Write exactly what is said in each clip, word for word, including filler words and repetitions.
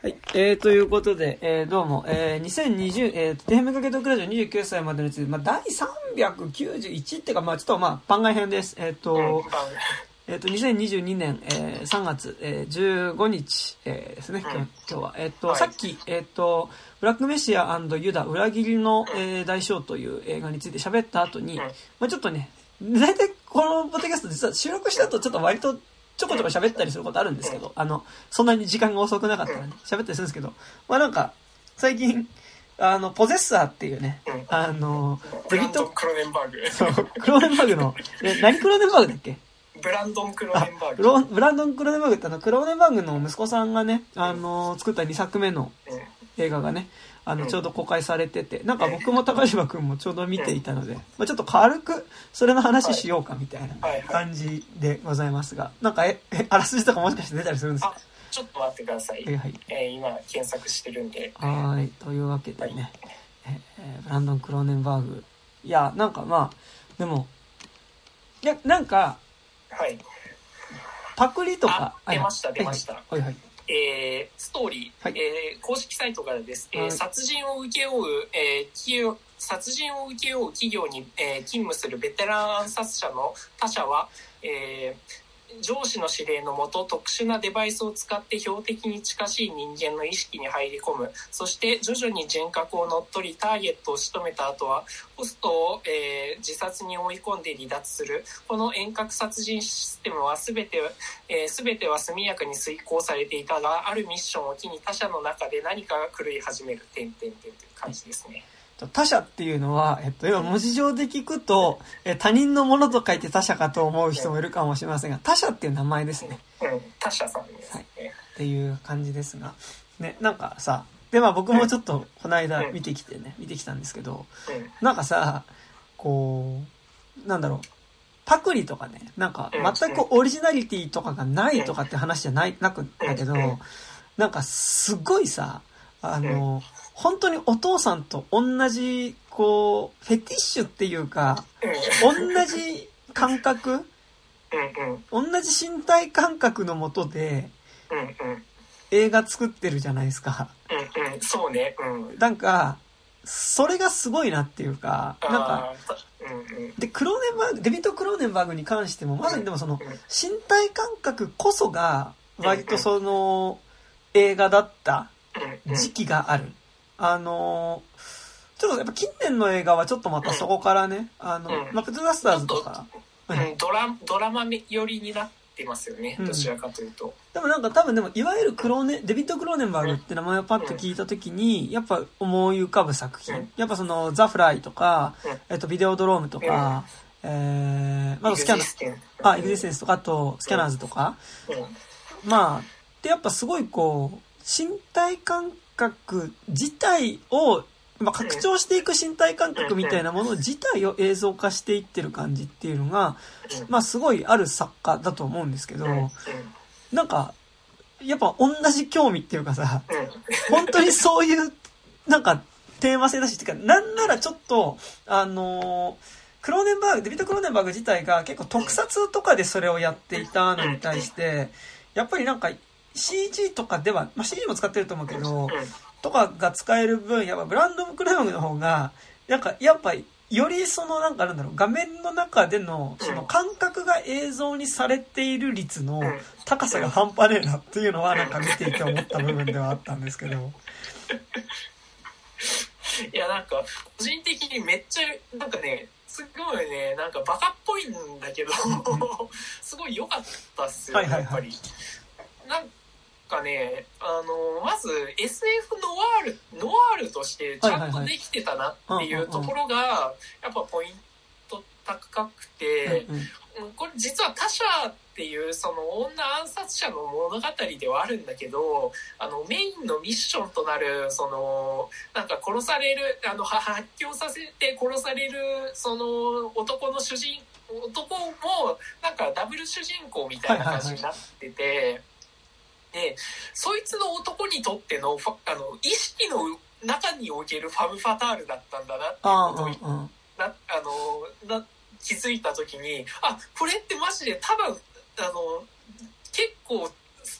はい、えー、ということで、えー、どうも、えー、にせんにじゅう、えー、テヘメカケトークラジオにじゅうきゅうさいまでについて、まあ、だいさんびゃくきゅうじゅういちっていうか、まあ、ちょっと、まあ、番外編です。えっ、ー、と、えっ、ー、と、にせんにじゅうにねん、えー、さんがつ、えー、じゅうごにち、えー、ですね、今日は。えっ、ー、と、はい、さっき、えっ、ー、と、ブラックメシア&ユダ、裏切りの、えー、代償という映画について喋った後に、まあ、ちょっとね、大体このポッドキャスト実は収録した後、ちょっと割と、ちょこちょこ喋ったりすることあるんですけど、あの、そんなに時間が遅くなかったらね、喋ったりするんですけど、まあなんか、最近、あの、ポゼッサーっていうね、あの、 ブランドン・クロネンバーグ。 そう、クロネンバーグの、え、何クロネンバーグだっけ？ ブランドン・クロネンバーグ。 ブランドン・クロネンバーグってあの、クロネンバーグの息子さんがね、あの、作ったにさくめの映画がね、あの、ちょうど公開されてて、なんか僕も高島くんもちょうど見ていたので、まあ、ちょっと軽くそれの話しようかみたいな感じでございますが、なんかえ、え、あらすじとかもしかして出たりするんですか？ ちょっと待ってください。はいはい。えー、今検索してるんで。 はい。というわけでね、はい、えー、ブランドン・クローネンバーグ。いや、なんかまあ、でも、いや、なんか、 はい。 パクリとか。 出ました、出ました。 はいはい。 えー、ストーリー、はい、えー、公式サイトからです、えー、殺人を請け負う、えー、企業殺人を請け負う企業に、えー、勤務するベテラン暗殺者の他者は、えー上司の指令のもと特殊なデバイスを使って標的に近しい人間の意識に入り込む。そして徐々に人格を乗っ取りターゲットを仕留めた後はホストを、えー、自殺に追い込んで離脱する。この遠隔殺人システムは全て、えー、全ては速やかに遂行されていたが、あるミッションを機に他者の中で何かが狂い始める。点々点という感じですね。 他者っていうのは、えっと、今文字上で聞くと、え他人のものと書いて他者かと思う人もいるかもしれませんが、他者っていう名前ですね。 うん、他者さんです、ね。はい。 っていう感じですが。ね、なんかさ、で、まあ僕もちょっとこの間見てきてね、見てきたんですけど、なんかさ、こう、なんだろう、パクリとかね、なんか全くオリジナリティとかがないとかって話じゃない、なくだけど、なんかすごいさ、あの、本当にお父さんと同じ、こう、フェティッシュっていうか、同じ感覚、同じ身体感覚のもとで、映画作ってるじゃないですか。 うんうん、そうね。 うん、なんか、それがすごいなっていうか、なんか、うんうん、で、クローネンバーグ、デビッド・クローネンバーグに関しても、まさにでもその、身体感覚こそが、割とその、映画だった時期がある。あのー、ちょっとやっぱ近年の映画はちょっとまたそこからね、あの、うん、マップ・トゥ・ザ・スターズとか、 うん、ドラ、ドラマ寄りになってますよね、どちらかというと。うん、 でもなんか多分でも、いわゆるクローネ、デビッド・クローネンバーグって名前をパッと聞いたときに、やっぱ思い浮かぶ作品。うん、やっぱその、ザ・フライとか、うん、えっと、ビデオドロームとか、うん、えー、まあ、スキャナー、あ、エグジステンスとか、あと、スキャナーズとか、うん、まあ、で、やっぱすごいこう、身体感覚自体を、まあ、拡張していく身体感覚みたいなもの自体を映像化していってる感じっていうのが、まあすごいある作家だと思うんですけど、なんか、やっぱ同じ興味っていうかさ、本当にそういう、なんかテーマ性だし、っていうか、なんならちょっと、あのー、クローネンバーグ、デビッド・クローネンバーグ自体が結構特撮とかでそれをやっていたのに対して、やっぱりなんか、シージー とかでは、まあ、シージー も使ってると思うけど、とかが使える分、やっぱブランドン・クレームの方が、なんか、やっぱり、よりその、なんかなんだろう、画面の中での、その感覚が映像にされている率の高さが半端ねえなっていうのは、なんか見ていて思った部分ではあったんですけど。 いや、なんか、個人的にめっちゃ、なんかね、すごいね、なんかバカっぽいんだけど、すごい良かったっすよ、はいはいはい、やっぱり。なんかね、あのまず エスエフ ノワールノワールとしてちゃんとできてたなっていうところがやっぱポイント高くて、これ実は他者っていうその女暗殺者の物語ではあるんだけど、あのメインのミッションとなるそのなんか殺されるあの発狂させて殺されるその男の主人男もなんかダブル主人公みたいな感じになってて。はいはいはい、でそいつの男にとってのあの意識の中におけるファム・ファタールだったんだなっていうことにな、あのな気づいた時に、あこれってマジで多分あの結構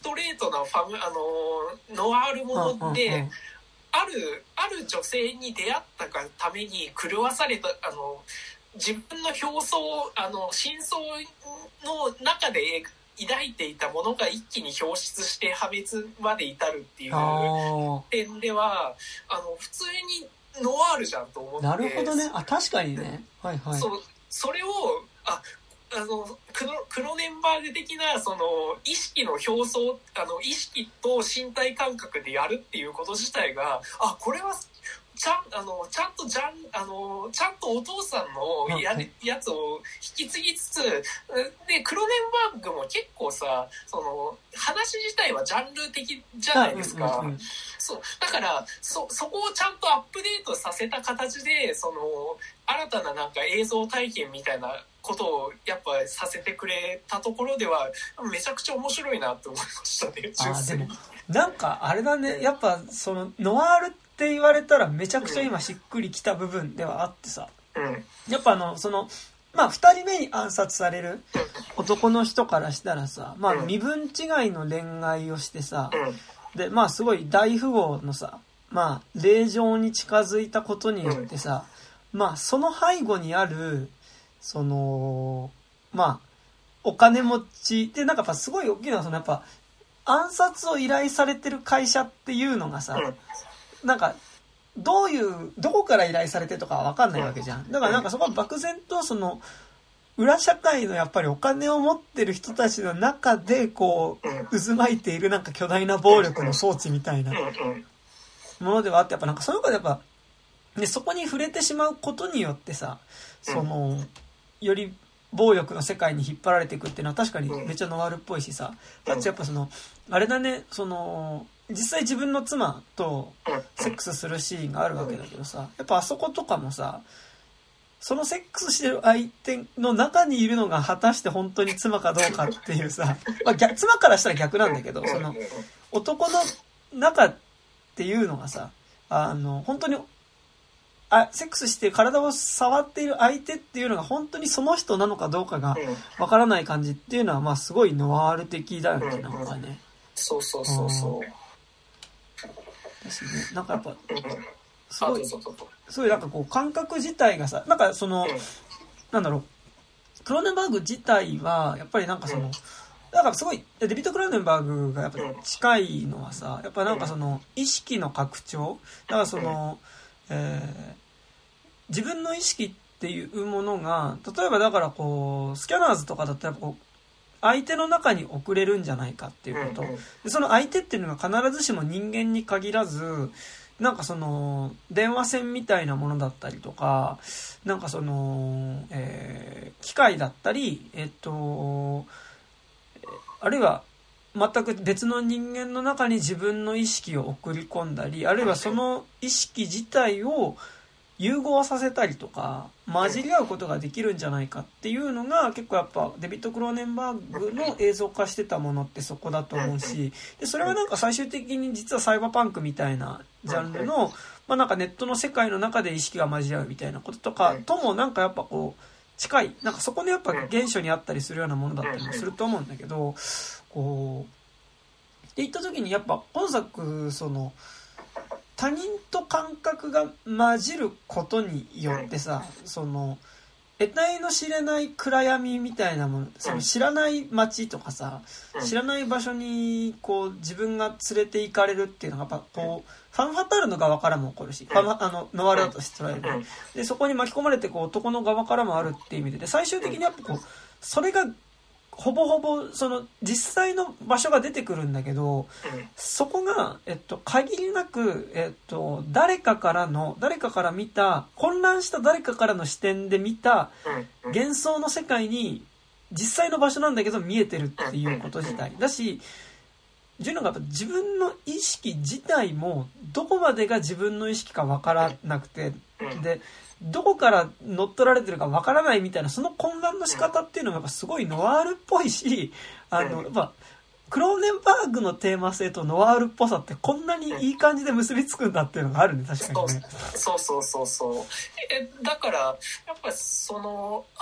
トレートなファム、あの、ノワールもので、うんうんうん、ある、ある女性に出会ったがために狂わされた、あの、自分の表層、あの、真相の中で抱いていたものが一気に表出して破滅まで至るっていう点では、あの、普通にノワールじゃんと思って。 なるほどね。あ、確かにね。はいはい。 そう、それを、あ、あのクロ、クロネンバーグ的なその意識の表層、あの意識と身体感覚でやるっていうこと自体が、あ、これはちゃん、あの、ちゃんとじゃん、あの、ちゃんとお父さんのや、やつを引き継ぎつつ、で、クロネンバーグも結構さ、その、話自体はジャンル的じゃないですか。うんうんうん、そう。だから、そ、そこをちゃんとアップデートさせた形で、その、新たななんか映像体験みたいなことをやっぱさせてくれたところでは、めちゃくちゃ面白いなって思いましたね。 あ、でも、なんかあれだね、やっぱその、ノワールって言われたらめちゃくちゃ今しっくりきた部分ではあってさ、うん、やっぱあのそのまあ二人目に暗殺される男の人からしたらさ、まあ身分違いの恋愛をしてさ、でまあすごい大富豪のさ、まあ令嬢に近づいたことによってさ、まあその背後にあるそのまあお金持ちで、なんかやっぱすごい大きいのはそのやっぱ暗殺を依頼されてる会社っていうのがさ、なんか、どういう、どこから依頼されてとかはわかんないわけじゃん。だからなんかそこは漠然とその、裏社会のやっぱりお金を持ってる人たちの中でこう、渦巻いているなんか巨大な暴力の装置みたいなものではあって、やっぱなんかその中でやっぱ、ね、そこに触れてしまうことによってさ、その、より暴力の世界に引っ張られていくっていうのは確かにめっちゃノワールっぽいしさ、かつやっぱその、あれだね、その、実際自分の妻とセックスするシーンがあるわけだけどさ、やっぱあそことかもさ、そのセックスしてる相手の中にいるのが果たして本当に妻かどうかっていうさ、まあ、逆妻からしたら逆なんだけど、その男の中っていうのがさ、あの本当にあセックスして体を触っている相手っていうのが本当にその人なのかどうかがわからない感じっていうのはまあすごいノワール的だよね、なんかね。 そうそうそうそう。 ですね。なんかやっぱ、すごい、すごいなんかこう感覚自体がさ、なんかその、なんだろう、クローネンバーグ自体は、やっぱりなんかその、なんかすごい、デビッド・クローネンバーグがやっぱ近いのはさ、やっぱなんかその、意識の拡張、だからその、えー、自分の意識っていうものが、例えばだからこう、スキャナーズとかだったらこう、相手の中に送れるんじゃないかっていうこと。で、その相手っていうのが必ずしも人間に限らず、なんかその、電話線みたいなものだったりとか、なんかその、えー、機械だったり、えっと、あるいは全く別の人間の中に自分の意識を送り込んだり、あるいはその意識自体を融合させたりとか混じり合うことができるんじゃないかっていうのが結構やっぱデビッド・クローネンバーグの映像化してたものってそこだと思うし、でそれはなんか最終的に実はサイバーパンクみたいなジャンルの、まあ、なんかネットの世界の中で意識が混じり合うみたいなこととかともなんかやっぱこう近い、なんかそこでやっぱ原初にあったりするようなものだったりもすると思うんだけど、こうって言った時にやっぱ今作その他人と感覚が混じることによってさ、その得体の知れない暗闇みたいなもの、その知らない街とかさ、知らない場所にこう自分が連れて行かれるっていうのがやっぱこうファンファタールの側からも起こるし、ファンあのノワールだとして捉えるで、そこに巻き込まれてこう男の側からもあるっていう意味で、で最終的にやっぱこうそれがほぼほぼその実際の場所が出てくるんだけど、そこが、えっと、限りなく、えっと、誰かからの誰かから見た混乱した誰かからの視点で見た幻想の世界に実際の場所なんだけど見えてるっていうこと自体だし、ジュノがやっぱ自分の意識自体もどこまでが自分の意識か分からなくて、でどこから乗っ取られてるかわからないみたいなその混乱の仕方っていうのがやっぱすごいノワールっぽいし、あのやっぱクローネンバーグのテーマ性とノワールっぽさってこんなにいい感じで結びつくんだっていうのがあるね、確かにね。 そうそうそうそう。えだからやっぱそのあ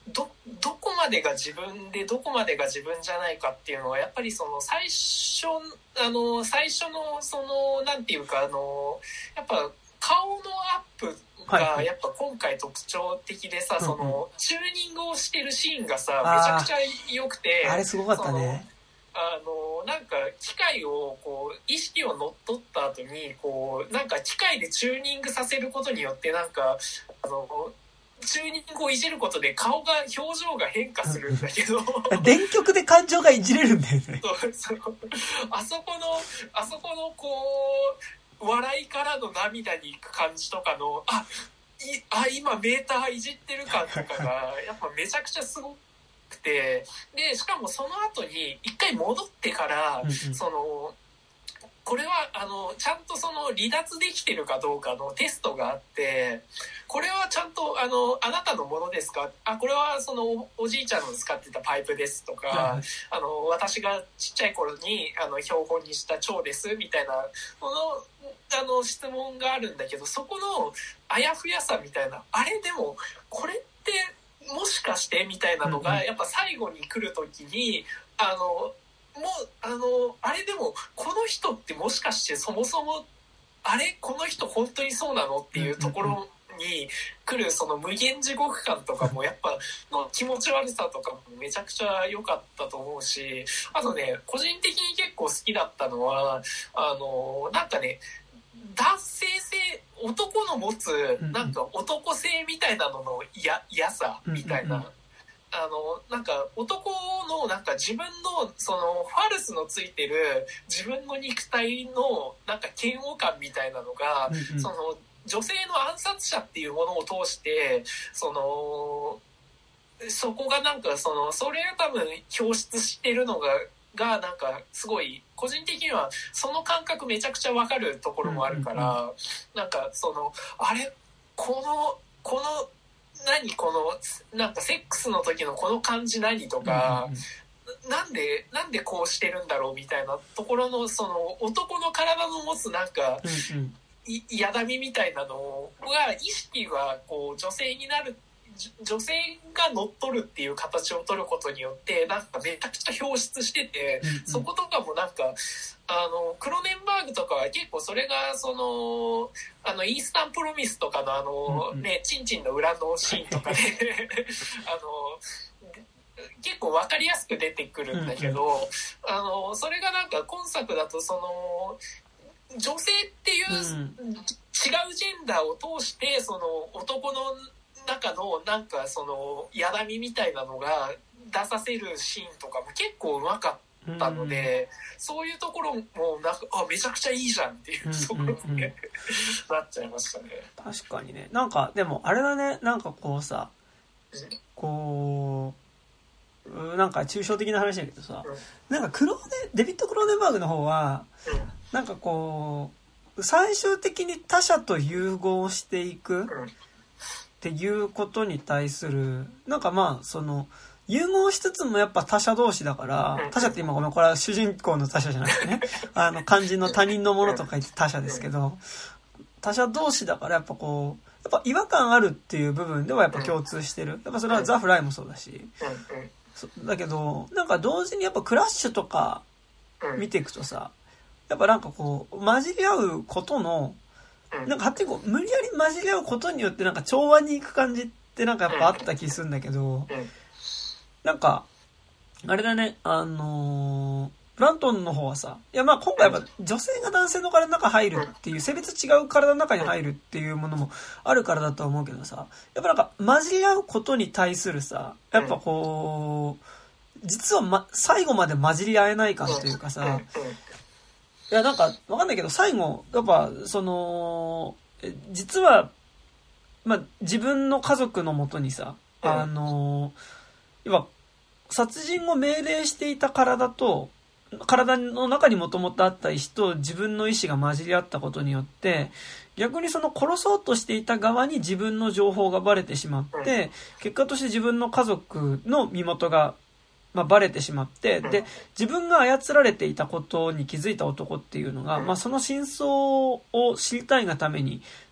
どどこまでが自分でどこまでが自分じゃないかっていうのはやっぱりその最初あの最初のそのなんていうかあのやっぱ顔のアップがやっぱ今回特徴的でさ、はいはい、そのチューニングをしてるシーンがさ、うんうん、めちゃくちゃ良くて、 あれすごかったね。 あのなんか機械をこう意識を乗っ取った後にこうなんか機械でチューニングさせることによってなんかあのチューニングをいじることで顔が表情が変化するんだけど電極で感情がいじれるんだよね。 そうそうあそこのあそこのこう笑いからの涙に行く感じとかのあいあ今メーターいじってる感とかがやっぱめちゃくちゃすごくてでしかもその後に一回戻ってからうん、うん、そのこれはあのちゃんとその離脱できてるかどうかのテストがあってこれはちゃんとあのあなたのものですかあこれはその お, おじいちゃんの使ってたパイプですとか、うん、あの私がちっちゃい頃にあの標本にした蝶ですみたいなこのあの質問があるんだけどそこのあやふやさみたいなあれでもこれってもしかしてみたいなのがやっぱ最後に来る時にあのもうあのあれでもこの人ってもしかしてそもそもあれこの人本当にそうなのっていうところに来るその無限地獄感とかもやっぱの気持ち悪さとかもめちゃくちゃ良かったと思うしあとね個人的に結構好きだったのはあのなんかね男性性男の持つなんか男性みたいなのの嫌さみたいなあのなんか男のなんか自分のそのファルスのついてる自分の肉体のなんか嫌悪感みたいなのが、うんうん、その女性の暗殺者っていうものを通してそのそこがなんかそのそれが多分表出してるのががなんかすごい個人的にはその感覚めちゃくちゃ分かるところもあるから、うんうんうん、なんかそのあれこのこの何このなんかセックスの時のこの感じ何とか、うんうん、なんでなんでこうしてるんだろうみたいなところのその男の体の持つなんか、うんうん、いやだみみたいなのが意識がこう女性になる女性が乗っ取るっていう形を取ることによってなんかめちゃくちゃ表出してて、うんうん、そことかもなんかあのクロネンバーグとかは結構それがそのあのイースタンプロミスとかのあの、うんうん、ねチンチンの裏のシーンとかであの結構分かりやすく出てくるんだけど、うんうん、あのそれがなんか今作だとその女性っていう、うん、違うジェンダーを通してその男の中のなんかそのやだみみたいなのが出させるシーンとかも結構うまかったので、うん、そういうところもなんかあめちゃくちゃいいじゃんっていうところに、うんうんうん、なっちゃいましたね。 確かにね。なんかでもあれだねなんかこうさ、うん、こうなんか抽象的な話だけどさ、うん、なんかクローネデビッド・クローネンバーグの方は、うん、なんかこう最終的に他者と融合していく、うんっていうことに対するなんかまあその融合しつつもやっぱ他者同士だから他者って今ごめんこれは主人公の他者じゃなくてねあの漢字の他人のものとか言って他者ですけど他者同士だからやっぱこうやっぱ違和感あるっていう部分ではやっぱ共通してるやっぱそれはザ・フライもそうだしだけどなんか同時にやっぱクラッシュとか見ていくとさやっぱなんかこう混じり合うことのなんかはってこう無理やり混じり合うことによってなんか調和に行く感じってなんかやっぱあった気するんだけどなんかあれだねあのー、プラントンの方はさいやまあ今回やっぱ女性が男性の体の中入るっていう性別違う体の中に入るっていうものもあるからだとは思うけどさやっぱなんか混じり合うことに対するさやっぱこう実は、ま、最後まで混じり合えない感というかさいやなんかわかんないけど最後やっぱその実はまあ自分の家族のもとにさあの要は殺人を命令していた体と体の中にもともとあった意志と自分の意志が混じり合ったことによって逆にその殺そうとしていた側に自分の情報がバレてしまって結果として自分の家族の身元がまあ、バレてしまってで自分が操られていたことに気づいた男っていうのが、まあ、その真相を知りたいがために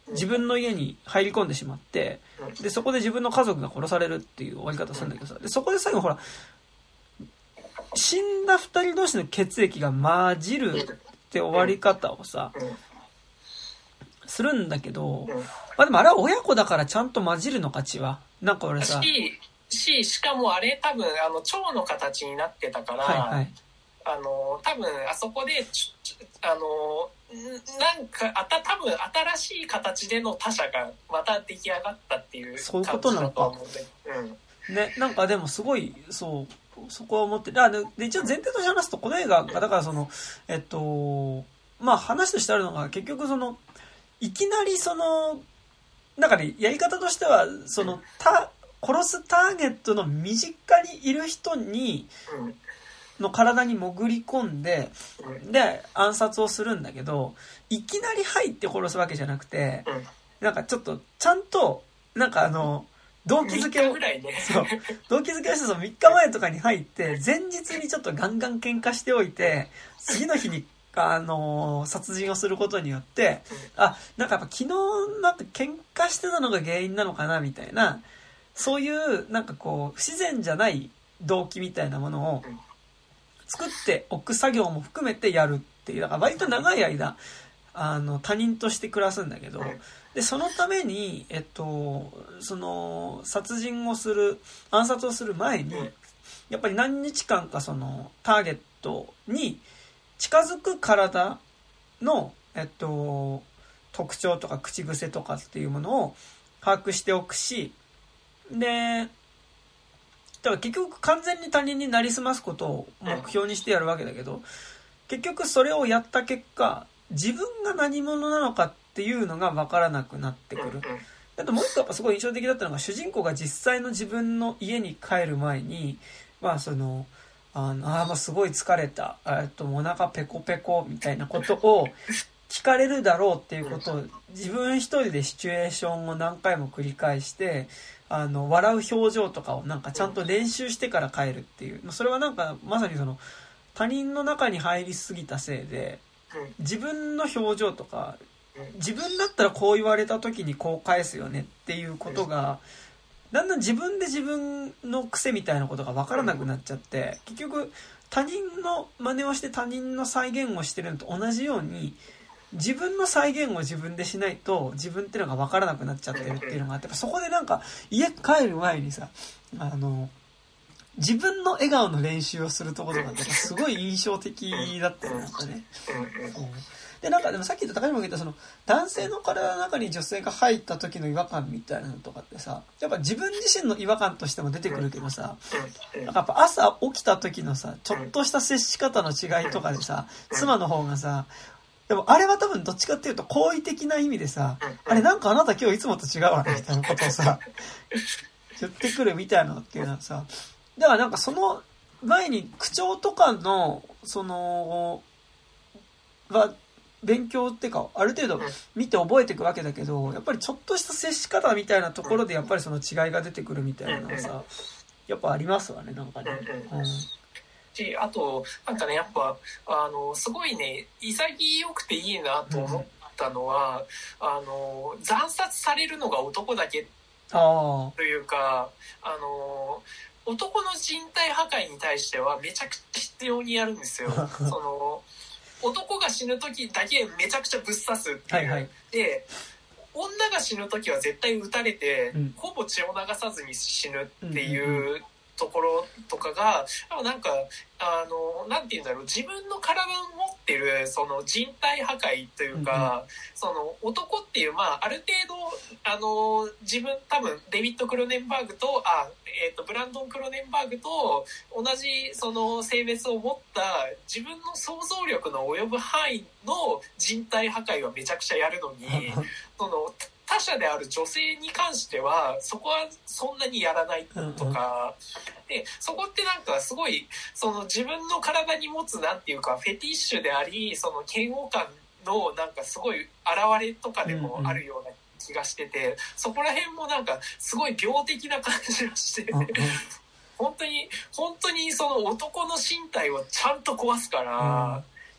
自分の家に入り込んでしまって、で、そこで自分の家族が殺されるっていう終わり方するんだけどさ、で、そこで最後ほら、死んだ二人同士の血液が混じるって終わり方をさ、するんだけど、まあでもあれは親子だからちゃんと混じるのか血は。なんか俺さ、 し、し、しかもあれ多分あの蝶の形になってたから、はいはい、あの多分あそこでちあのなんかあた多分新しい形での他者がまた出来上がったっていう感じだと思うんで、そういうことなのか。うん、ね、 なんかでもすごいそうそこは思って、あで一応前提として話すとこの映画がだからそのえっとまあ話としてあるのが結局そのいきなりそのなんかねやり方としてはそのた殺すターゲットの身近にいる人に、うんの体に潜り込んで、で、暗殺をするんだけど、いきなり入って殺すわけじゃなくて、なんかちょっと、ちゃんと、なんかあの、動機づけを、 ね、 そう、動機づけをしてそのみっかまえとかに入って、前日にちょっとガンガン喧嘩しておいて、次の日に、あのー、殺人をすることによって、あ、なんかやっぱ昨日なんか喧嘩してたのが原因なのかな、みたいな、そういう、なんかこう、不自然じゃない動機みたいなものを、作っておく作業も含めてやるっていう、だから割と長い間あの他人として暮らすんだけど、でそのためにえっとその殺人をする暗殺をする前にやっぱり何日間かそのターゲットに近づく体のえっと特徴とか口癖とかっていうものを把握しておくし、でだから結局完全に他人になりすますことを目標にしてやるわけだけど、結局それをやった結果自分が何者なのかっていうのが分からなくなってくる。あともう一個やっぱすごい印象的だったのが主人公が実際の自分の家に帰る前にまあそのあのあーまあすごい疲れた、えっとお腹ペコペコみたいなことを聞かれるだろうっていうことを自分一人でシチュエーションを何回も繰り返してあの笑う表情とかをなんかちゃんと練習してから帰るっていう、それはなんかまさにその他人の中に入りすぎたせいで自分の表情とか自分だったらこう言われた時にこう返すよねっていうことがだんだん自分で自分の癖みたいなことが分からなくなっちゃって、結局他人の真似をして他人の再現をしてるのと同じように自分の再現を自分でしないと自分っていうのが分からなくなっちゃってるっていうのがあって、そこでなんか家帰る前にさあの自分の笑顔の練習をするところがすごい印象的だったよなんかね。でなんかでもさっき言った高島が言ったその男性の体の中に女性が入った時の違和感みたいなのとかってさやっぱ自分自身の違和感としても出てくるけどさ、なんかやっぱ朝起きた時のさちょっとした接し方の違いとかでさ妻の方がさでもあれは多分どっちかっていうと好意的な意味でさ、あれなんかあなた今日いつもと違うわねみたいなことをさ言ってくるみたいなのっていうのはさ、だからなんかその前に口調とかのそのは勉強っていうかある程度見て覚えていくわけだけど、やっぱりちょっとした接し方みたいなところでやっぱりその違いが出てくるみたいなのはさやっぱありますわねなんかね。うんしあとなんかねやっぱあのすごいね潔くていいなと思ったのは、うん、あの惨殺されるのが男だけというかあの男の人体破壊に対してはめちゃくちゃ必要にやるんですよ。その男が死ぬ時だけめちゃくちゃぶっ刺すっていう、はいはい、で女が死ぬ時は絶対撃たれて、うん、ほぼ血を流さずに死ぬっていう、うんうんうんところとかがなんかあのなんていうんだろう自分の体を持ってるその人体破壊というか、うん、その男っていうまあある程度あの自分多分デビッド・クロネンバーグとあ、えー、とブランドン・クロネンバーグと同じその性別を持った自分の想像力の及ぶ範囲の人体破壊はめちゃくちゃやるのにその他者である女性に関してはそこはそんなにやらないとか、でそこってなんかすごいその自分の体に持つなんていうかフェティッシュでありその嫌悪感のなんかすごい現れとかでもあるような気がしてて、そこら辺もなんかすごい病的な感じがして本当に本当にその男の身体をちゃんと壊すから、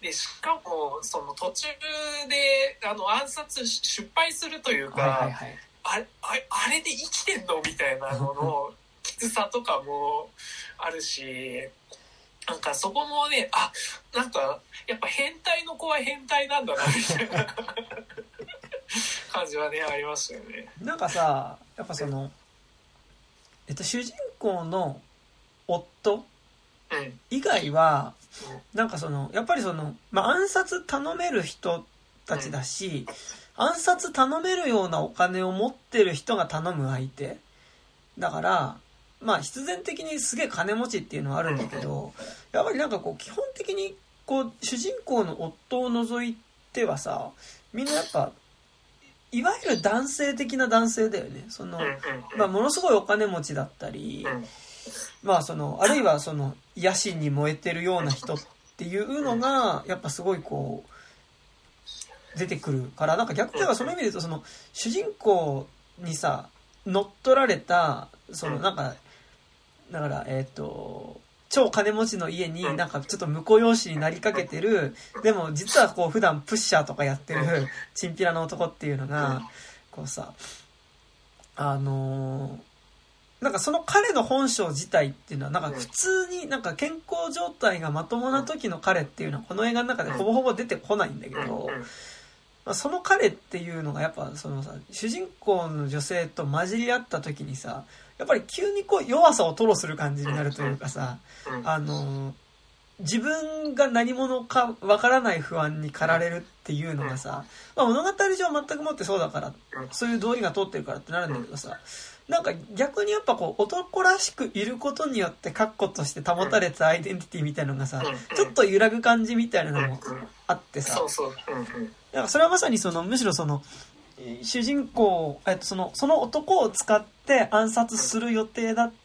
でしかもその途中であの暗殺失敗するというか、はいはいはい、あれ、あれ、あれで生きてんのみたいなののきつさとかもあるし、なんかそこもね、あ、なんかやっぱ変態の子は変態なんだなみたいな感じはねありましたよね。 なんかさ、やっぱその、えっと主人公の夫以外は、なんかそのやっぱりその、まあ、暗殺頼める人たちだし、暗殺頼めるようなお金を持ってる人が頼む相手だから、まあ必然的にすげえ金持ちっていうのはあるんだけど、やっぱりなんかこう基本的にこう主人公の夫を除いてはさ、みんなやっぱいわゆる男性的な男性だよね。その、まあものすごいお金持ちだったり、まあそのあるいはその野心に燃えてるような人っていうのがやっぱすごいこう出てくるから、なんか逆にはその意味で言うと、その主人公にさ乗っ取られたそのなんかだからえっと超金持ちの家になんかちょっと婿養子になりかけてる、でも実はこう普段プッシャーとかやってるチンピラの男っていうのがこうさ、あのなんかその彼の本性自体っていうのはなんか普通になんか健康状態がまともな時の彼っていうのはこの映画の中でほぼほぼ出てこないんだけど、まあ、その彼っていうのがやっぱそのさ主人公の女性と混じり合った時にさ、やっぱり急にこう弱さを吐露する感じになるというかさ、あの自分が何者かわからない不安に駆られるっていうのがさ、まあ、物語上全くもってそうだから、そういう道理が通ってるからってなるんだけどさ、なんか逆にやっぱこう男らしくいることによって確固として保たれたアイデンティティみたいなのがさ、ちょっと揺らぐ感じみたいなのもあってさ、だからそれはまさにそのむしろその主人公、えっと、そのその男を使って暗殺する予定だった、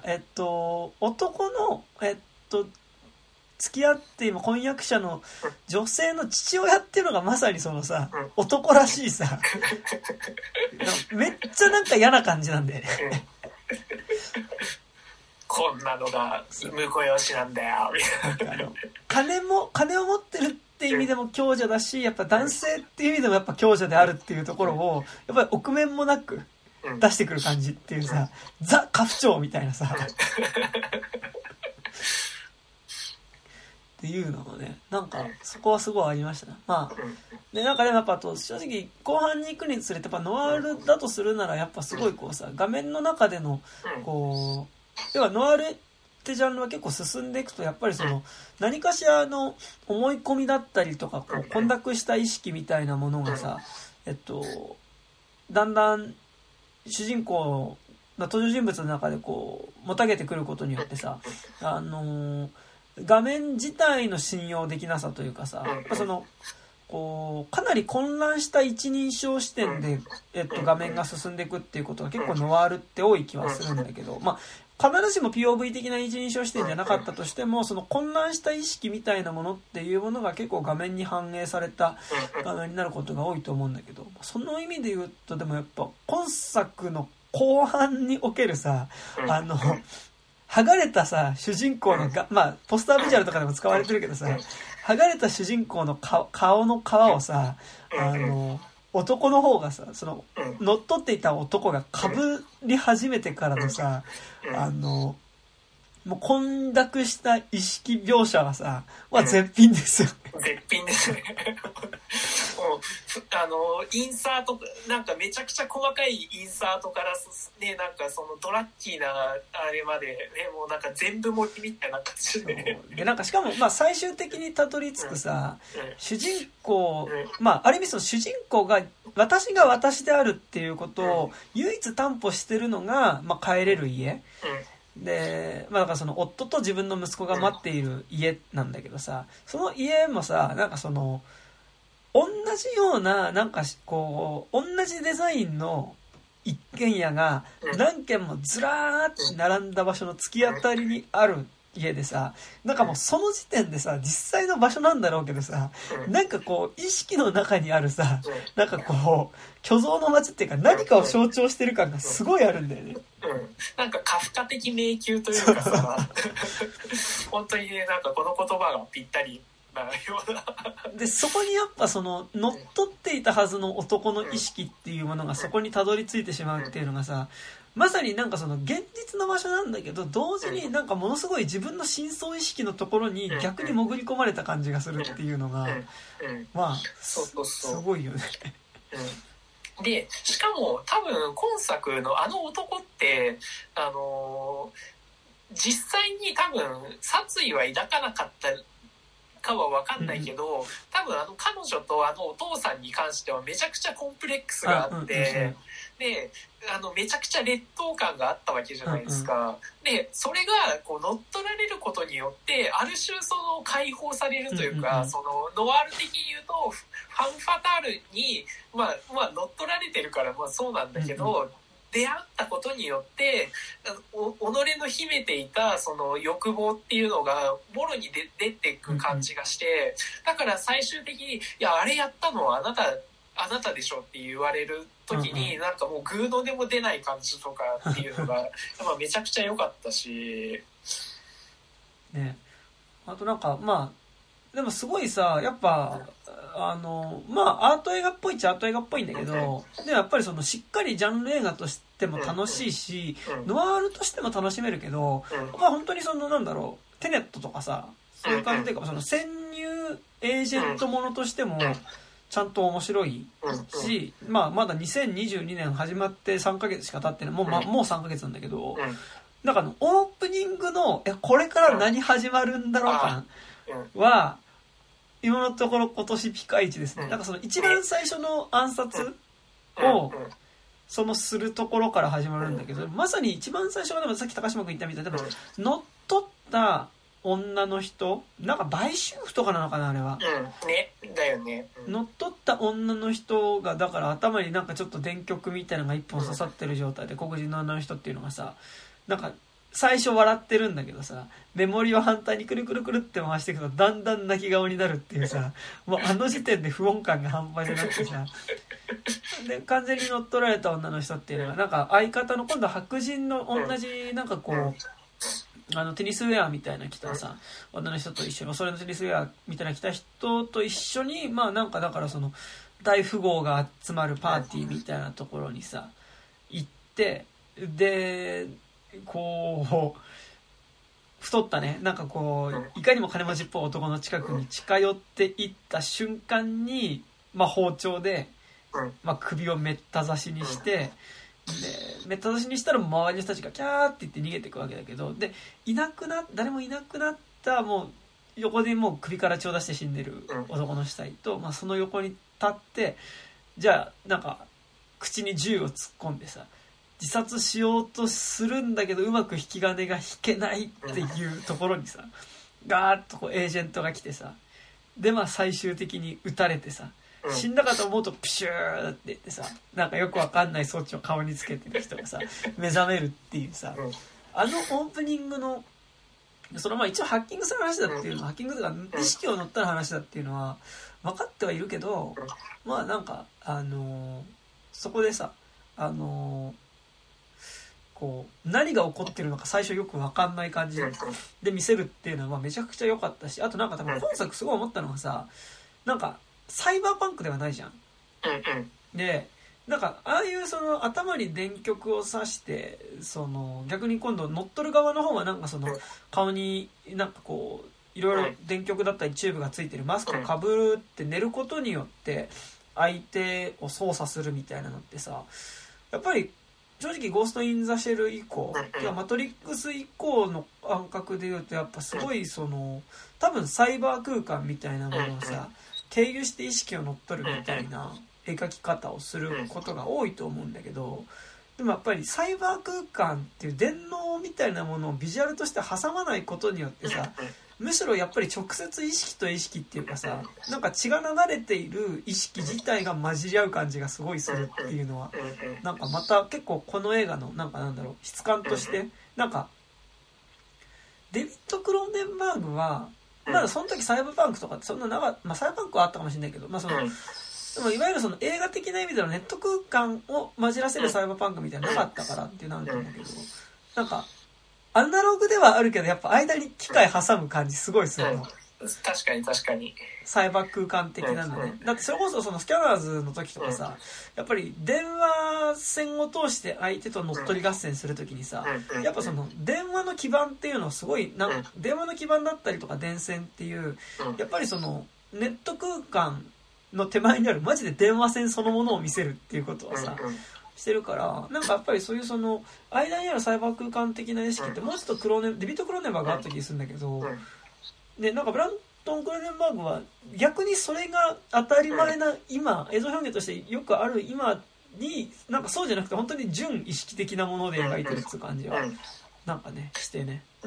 えっと、男の、えっと、付き合って今婚約者の女性の父親っていうのがまさにそのさ男らしいさめっちゃなんか嫌な感じなんだよねこんなのが婿養子なんだよみたいな。 金も金を持ってるっていう意味でも強者だし、やっぱ男性っていう意味でもやっぱ強者であるっていうところをやっぱり臆面もなく出してくる感じっていうさ、ザ・家父長みたいなさっていうのもね、なんかそこはすごいありましたね。まあでなんかでもやっぱと正直後半に行くにつれてやっぱノワールだとするならやっぱすごいこうさ画面の中でのこう要はノワールってジャンルは結構進んでいくとやっぱりその何かしらの思い込みだったりとかこう混濁した意識みたいなものがさ、えっとだんだん主人公の登場人物の中でこうもたげてくることによってさ、あのー画面自体の信用できなさというかさ、そのこうかなり混乱した一人称視点で、えっと、画面が進んでいくっていうことが結構ノワールって多い気はするんだけど、まあ必ずしも ピーオーブイ 的な一人称視点じゃなかったとしても、その混乱した意識みたいなものっていうものが結構画面に反映された画面になることが多いと思うんだけど、その意味で言うとでもやっぱ今作の後半におけるさ、あの剥がれたさ主人公のが、まあポスタービジュアルとかでも使われてるけどさ、剥がれた主人公の顔、顔の皮をさ、あの男の方がさ、その乗っ取っていた男が被り始めてからのさ、あのもう混濁した意識描写はさ、まあ絶品ですよ。 絶品ですね。もうあのインサートなんかめちゃくちゃ細かいインサートからね、なんかそのドラッキーなあれまでね、もうなんか全部盛りみたいな感じで。 でなんかしかもまあ最終的にたどり着くさ、うんうん、主人公、うん、まあある意味その主人公が私が私であるっていうことを唯一担保してるのが、まあ、帰れる家。うんで、まあ、だからその夫と自分の息子が待っている家なんだけどさ、その家もさ、なんかその同じようななんかこう同じデザインの一軒家が何軒もずらーって並んだ場所の突き当たりにある家でさ、なんかもうその時点でさ実際の場所なんだろうけどさ、なんかこう意識の中にあるさ、なんかこう虚像の街っていうか何かを象徴してる感がすごいあるんだよね。 うん、なんかカフカ的迷宮というかさ本当にね、なんかこの言葉がぴったりなようなでそこにやっぱその乗っ取っていたはずの男の意識っていうものがそこにたどり着いてしまうっていうのがさ、まさになんかその現実の場所なんだけど同時になんかものすごい自分の深層意識のところに逆に潜り込まれた感じがするっていうのがまあすごいよね。 でしかも多分今作のあの男ってあのー、実際に多分殺意は抱かなかったかは分かんないけど、うん、多分あの彼女とあのお父さんに関してはめちゃくちゃコンプレックスがあって、うんうんうん、であのめちゃくちゃ劣等感があったわけじゃないですか、うんうん、でそれがこう乗っ取られることによってある種その解放されるというか、うんうん、そのノワール的に言うとファンファタールに、まあまあ、乗っ取られてるからまあそうなんだけど、うんうん、出会ったことによってお己の秘めていたその欲望っていうのがもろに出出てく感じがして、だから最終的にいやあれやったのはあなたあなたでしょって言われる時に、なんかもうグーのでも出ない感じとかっていうのがまあめちゃくちゃ良かったしね。あとなんかまあでもすごいさやっぱあのまあアート映画っぽいっちゃアート映画っぽいんだけど、でもやっぱりそのしっかりジャンル映画としても楽しいし、ノワールとしても楽しめるけど、まあ本当にそのなんだろうテネットとかさそういう感じでかその潜入エージェントものとしてもちゃんと面白いし、まあまだにせんにじゅうにねん始まってさんかげつしか経ってないもう、ま、もうさんかげつなんだけど、なんかあのオープニングのえこれから何始まるんだろう感は今のところ今年ピカイチですね。なんかその一番最初の暗殺をそのするところから始まるんだけど、まさに一番最初はでもさっき高島君言ったみたいに乗っ取った女の人なんか売春婦とかなのかなあれは、 うんねだよね、 うん、乗っ取った女の人がだから頭になんかちょっと電極みたいなのが一本刺さってる状態で黒人の女の人っていうのがさなんか最初笑ってるんだけどさメモリを反対にくるくるくるって回していくとだんだん泣き顔になるっていうさもうあの時点で不穏感が半端じゃなくてさで完全に乗っ取られた女の人っていうのがなんか相方の今度は白人の同じなんかこうあのテニスウェアみたいな着たさ女の人と一緒にそれのテニスウェアみたいな着た人と一緒にまあなんかだからその大富豪が集まるパーティーみたいなところにさ行ってでこう太ったねなんかこういかにも金持ちっぽい男の近くに近寄っていった瞬間に、まあ、包丁で、まあ、首をめった刺しにしてでめった刺しにしたら周りの人たちがキャーって言って逃げていくわけだけどでいなくな誰もいなくなったもう横でもう首から血を出して死んでる男の死体と、まあ、その横に立ってじゃあなんか口に銃を突っ込んでさ自殺しようとするんだけどうまく引き金が引けないっていうところにさガーッとこうエージェントが来てさでまあ最終的に撃たれてさ死んだかと思うとプシューって言ってさなんかよくわかんない装置を顔につけてる人がさ目覚めるっていうさあのオープニングのそのまあ一応ハッキングする話だっていうのはハッキングとか意識を乗った話だっていうのは分かってはいるけどまあなんかあのー、そこでさあのーこう何が起こってるのか最初よく分かんない感じで見せるっていうのはめちゃくちゃ良かったしあとなんか多分今作すごい思ったのがさなんかサイバーパンクではないじゃん。でなんかああいうその頭に電極を刺してその逆に今度乗っ取る側の方はなんかその顔になんかこういろいろ電極だったりチューブがついてるマスクをかぶって寝ることによって相手を操作するみたいなのってさやっぱり正直ゴースト・イン・ザ・シェル以降マトリックス以降の感覚で言うとやっぱすごいその多分サイバー空間みたいなものをさ経由して意識を乗っ取るみたいな描き方をすることが多いと思うんだけどでもやっぱりサイバー空間っていう電脳みたいなものをビジュアルとして挟まないことによってさむしろやっぱり直接意識と意識っていうかさなんか血が流れている意識自体が混じり合う感じがすごいするっていうのはなんかまた結構この映画のなんかなんだろう質感としてなんかデビッド・クローネンバーグはまだその時サイバーパンクとかってそんななかまあサイバーパンクはあったかもしれないけどまあそのでもいわゆるその映画的な意味でのネット空間を混じらせるサイバーパンクみたいなのなかったからっていうのあると思うけどなんかアナログではあるけどやっぱ間に機械挟む感じすごいするの確かに確かに。 サイバー空間的なのね。だってそれこそそのスキャナーズの時とかさ、やっぱり電話線を通して相手と乗っ取り合戦する時にさ、やっぱその電話の基盤っていうのはすごいな、電話の基盤だったりとか電線っていう、やっぱりそのネット空間の手前にあるマジで電話線そのものを見せるっていうことはさ、してるから、なんかやっぱりそういうその間にあるサイバー空間的な意識ってもうちょっとクローネデビッド・クローネンバーがあった気がするんだけど、でなんかブラントン・クローネンバーグは逆にそれが当たり前な今、映像表現としてよくある今になんかそうじゃなくて本当に純意識的なもので描いてるっていう感じはなんかねしてね、 うん、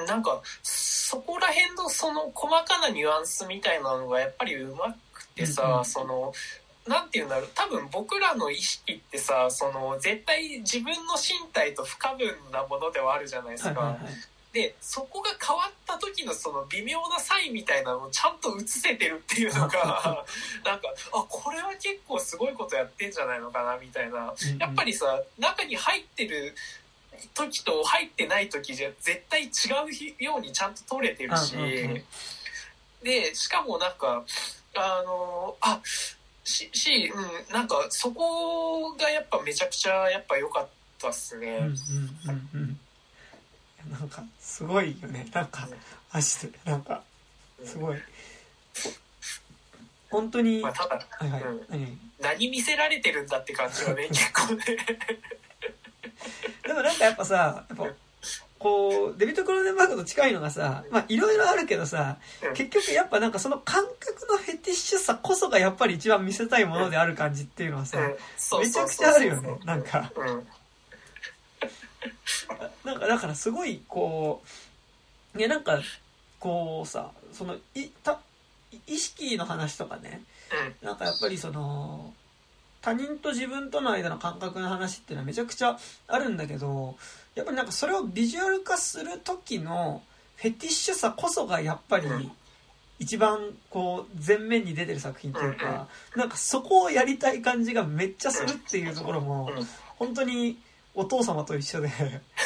なんかそこら辺のその細かなニュアンスみたいなのがやっぱりうまくてさ、うんうん、そのなんていうんだろう、多分僕らの意識ってさ、その絶対自分の身体と不可分なものではあるじゃないですか、はいはいはい、でそこが変わった時のその微妙な差異みたいなのをちゃんと映せてるっていうのがなんかあこれは結構すごいことやってんじゃないのかなみたいな、やっぱりさ中に入ってる時と入ってない時じゃ絶対違うようにちゃんと撮れてるし、でしかもなんかあのあしし、うん、なんかそこがやっぱめちゃくちゃやっぱ良かったっすね。うんうんうんうんなんかすごいよね。なんかマジでなんかすごい本当に、 まあ、ただ、はいはいうん、何, 何見せられてるんだって感じはね結構ねでもなんかやっぱさやっぱこうデビッド・クローネンバーグと近いのがさまあいろいろあるけどさ、うん、結局やっぱなんかその感覚のフェティッシュさこそがやっぱり一番見せたいものである感じっていうのはさ、うん、めちゃくちゃあるよねなんか、うんなんかだからすごいこういやなんかこうさそのいた意識の話とかねなんかやっぱりその他人と自分との間の感覚の話っていうのはめちゃくちゃあるんだけどやっぱりなんかそれをビジュアル化する時のフェティッシュさこそがやっぱり一番こう前面に出てる作品っていうかなんかそこをやりたい感じがめっちゃするっていうところも本当にお父様と一緒でなんか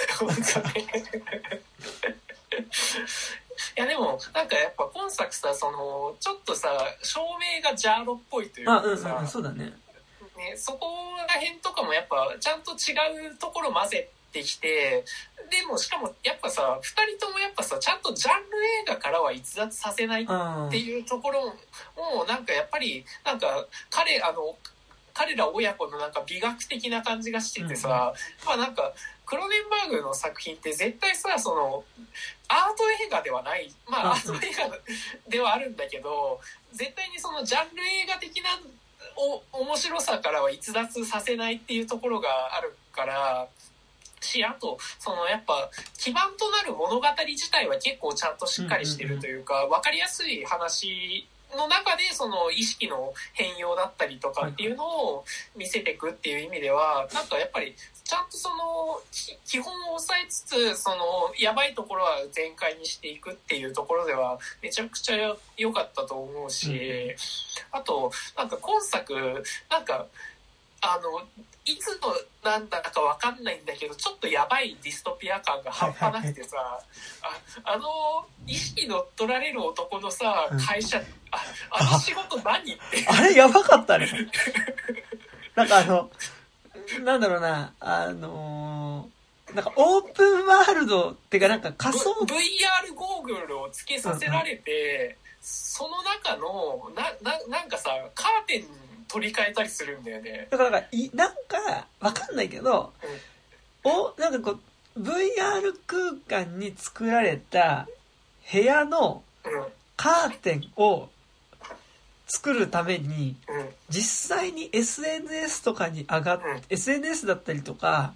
いやでもなんかやっぱ今作さそのちょっとさ照明がジャーロっぽいというかさ、 あ、うんうん、そうだね。 ねそこら辺とかもやっぱちゃんと違うところ混ぜてきてでもしかもやっぱさふたりともやっぱさちゃんとジャンル映画からは逸脱させないっていうところもなんかやっぱりなんか彼あの彼ら親子のなんか美学的な感じがしててさ、うん、まあなんかクロネンバーグの作品って絶対さそのアート映画ではないまあアート映画ではあるんだけど絶対にそのジャンル映画的なお面白さからは逸脱させないっていうところがあるからしあとそのやっぱ基盤となる物語自体は結構ちゃんとしっかりしてるというか、うんうんうん、分かりやすい話の中でその意識の変容だったりとかっていうのを見せていくっていう意味ではなんかやっぱりちゃんとその基本を抑えつつそのやばいところは全開にしていくっていうところではめちゃくちゃ良かったと思うし、あとなんか今作なんかあのいつのなんだか分かんないんだけどちょっとやばいディストピア感が半端なくてさ、はいはいはい、あ, あの意識乗っ取られる男のさ会社、うん、あ, あの仕事何ってあれやばかったねなんかあのなんだろうなあのー、なんかオープンワールドってかなんか仮想ブイアール ゴーグルをつけさせられて、うん、その中の な, な, なんかさカーテン取り替えたりするんだよね。 だからなんかいなんかわかんないけど、うん、おなんかこう ブイアール 空間に作られた部屋のカーテンを作るために、うん、実際に エスエヌエス とかに上がっ、うん、エスエヌエス だったりとか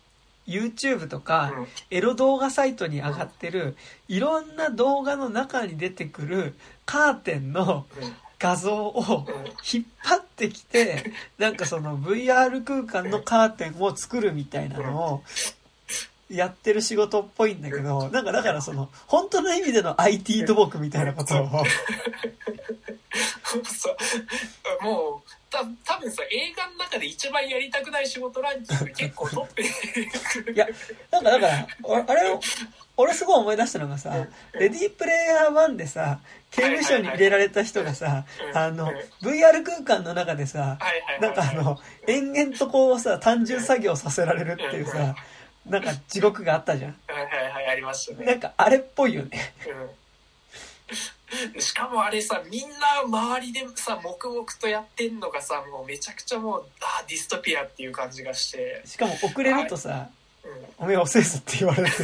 YouTube とか、うん、エロ動画サイトに上がってる、うん、いろんな動画の中に出てくるカーテンの画像を引っ張ってきてなんかその ブイアール 空間のカーテンを作るみたいなのをやってる仕事っぽいんだけどなんかだからその本当の意味での アイティー 土木みたいなことをもうた多分さ映画の中で一番やりたくない仕事ランキング結構取っていやなんかだからあれを俺すごい思い出したのがさ、レディープレイヤーワンでさ、刑務所に入れられた人がさ、あの、ブイアール 空間の中でさ、なんかあの、延々とこうさ、単純作業させられるっていうさ、なんか地獄があったじゃん。 はいはいはい、ありましたね。 なんかあれっぽいよね。 うん、しかもあれさ、みんな周りでさ、黙々とやってんのがさ、もうめちゃくちゃもう、あディストピアっていう感じがして。 しかも遅れるとさ、うん、おめえ遅いぞって言われる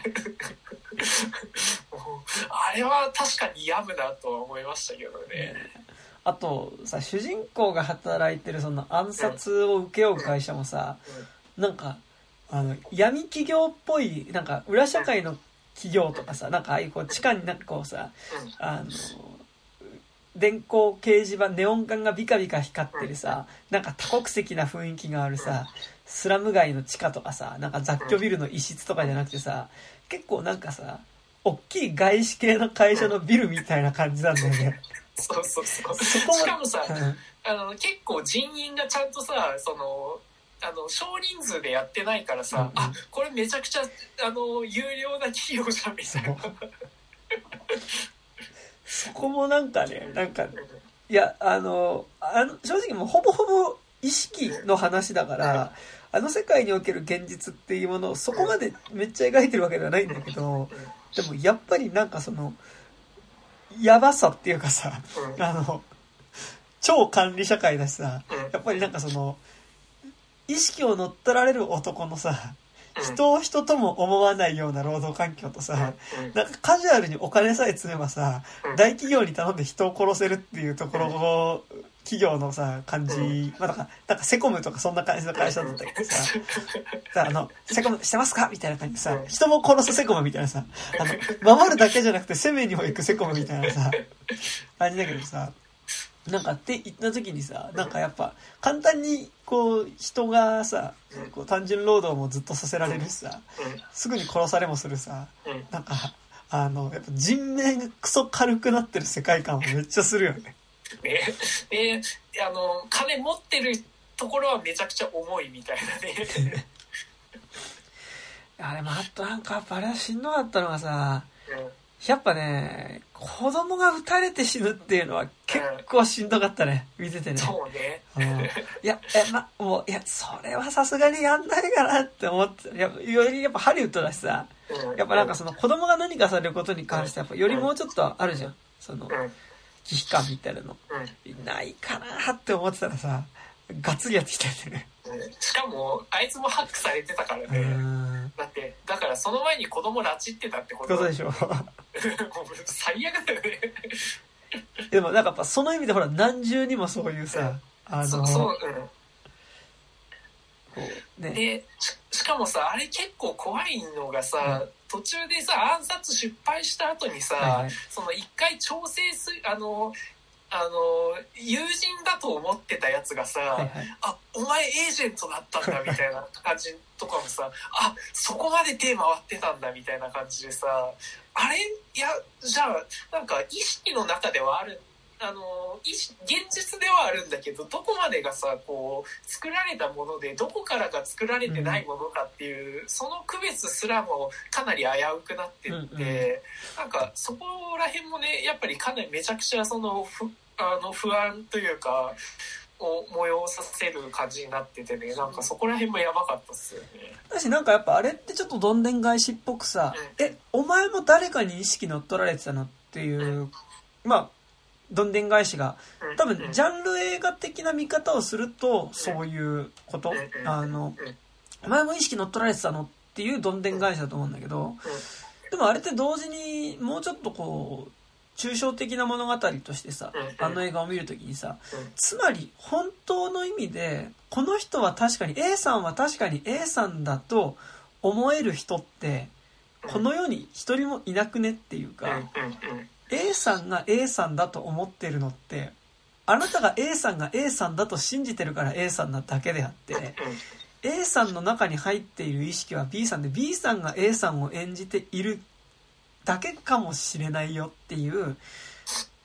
あれは確かに病むなとは思いましたけどね。 あとさ、主人公が働いてるその暗殺を請け負う会社もさ、うん、なんかあの闇企業っぽい、なんか裏社会の企業とかさ、なんかああいうこう地下になんかこうさ、あの電光掲示板、ネオン管がビカビカ光ってるさ、なんか多国籍な雰囲気があるさ、スラム街の地下とかさ、なんか雑居ビルの一室とかじゃなくてさ、結構なんかさ、大きい外資系の会社のビルみたいな感じなんだよね。 そうそうそう。そこしかもさ、うん、あの結構人員がちゃんとさ、そのあの少人数でやってないからさ、うんうん、あこれめちゃくちゃあの有料な企業じゃんみたいな。 そこもなんかね、なんかいやあのあの正直もうほぼほぼ意識の話だから、あの世界における現実っていうものをそこまでめっちゃ描いてるわけではないんだけど、でもやっぱりなんかそのやばさっていうかさ、あの超管理社会だしさ、やっぱりなんかその意識を乗っ取られる男のさ、人を人とも思わないような労働環境とさ、なんかカジュアルにお金さえ積めばさ、大企業に頼んで人を殺せるっていうところ、企業のさ感じ、まあ、なんかなんかセコムとかそんな感じの会社だったけどさ、さあのセコムしてますかみたいな感じでさ、人も殺すセコムみたいなさ、あの守るだけじゃなくて攻めにも行くセコムみたいなさ感じだけどさ、なんかって言った時にさ、なんかやっぱ簡単にこう人がさ、こう単純労働もずっとさせられるしさ、すぐに殺されもするさ、なんかあのやっぱ人命がクソ軽くなってる世界観もめっちゃするよね。 ね、であの金持ってるところはめちゃくちゃ重いみたいなね。 あれもあとなんかやっぱあれはしんどかったのがさ、うん、やっぱね子供が撃たれて死ぬっていうのは結構しんどかったね、うん、見ててね。 そうね、 うん、いやえまもういやそれはさすがにやんないかなって思って、やよりやっぱハリウッドだしさ、うん、やっぱなんかその子供が何かされることに関してやっぱよりもうちょっとあるじゃん、その、うん危機感みたいなの、うん、ないかなって思ってたらさ、ガッツリやってきたんだよね、 うん、しかもあいつもハックされてたからね。だってだからその前に子供拉致ってたってことことでしょ。もう最悪だよね。 でもなんかやっぱその意味でほら何重にもそういうさ、うん、あのそうそう、うんこうね、で し, しかもさあれ結構怖いのがさ、うん途中でさ暗殺失敗した後にさ、はいはい、その一回調整すあのあの友人だと思ってたやつがさ、はいはい、あお前エージェントだったんだみたいな感じとかもさあそこまで手回ってたんだみたいな感じでさあれいやじゃあなんか意識の中ではあるあの現実ではあるんだけどどこまでがさこう作られたものでどこからが作られてないものかっていう、うん、その区別すらもかなり危うくなってって、うんうん、なんかそこら辺もねやっぱりかなりめちゃくちゃそのふあの不安というかを催させる感じになっててねなんかそこら辺もやばかったっすよね。 私なんかやっぱあれってちょっとどんでん返しっぽくさ、うん、えお前も誰かに意識乗っ取られてたのっていう、うん、まあどんでん返しが多分ジャンル映画的な見方をするとそういうことあのお前も意識乗っ取られてたのっていうどんでん返しだと思うんだけどでもあれって同時にもうちょっとこう抽象的な物語としてさあの映画を見るときにさつまり本当の意味でこの人は確かに A さんは確かに A さんだと思える人ってこの世に一人もいなくねっていうかA さんが A さんだと思ってるのってあなたが A さんが A さんだと信じてるから A さんなだけであって A さんの中に入っている意識は B さんで B さんが A さんを演じているだけかもしれないよっていう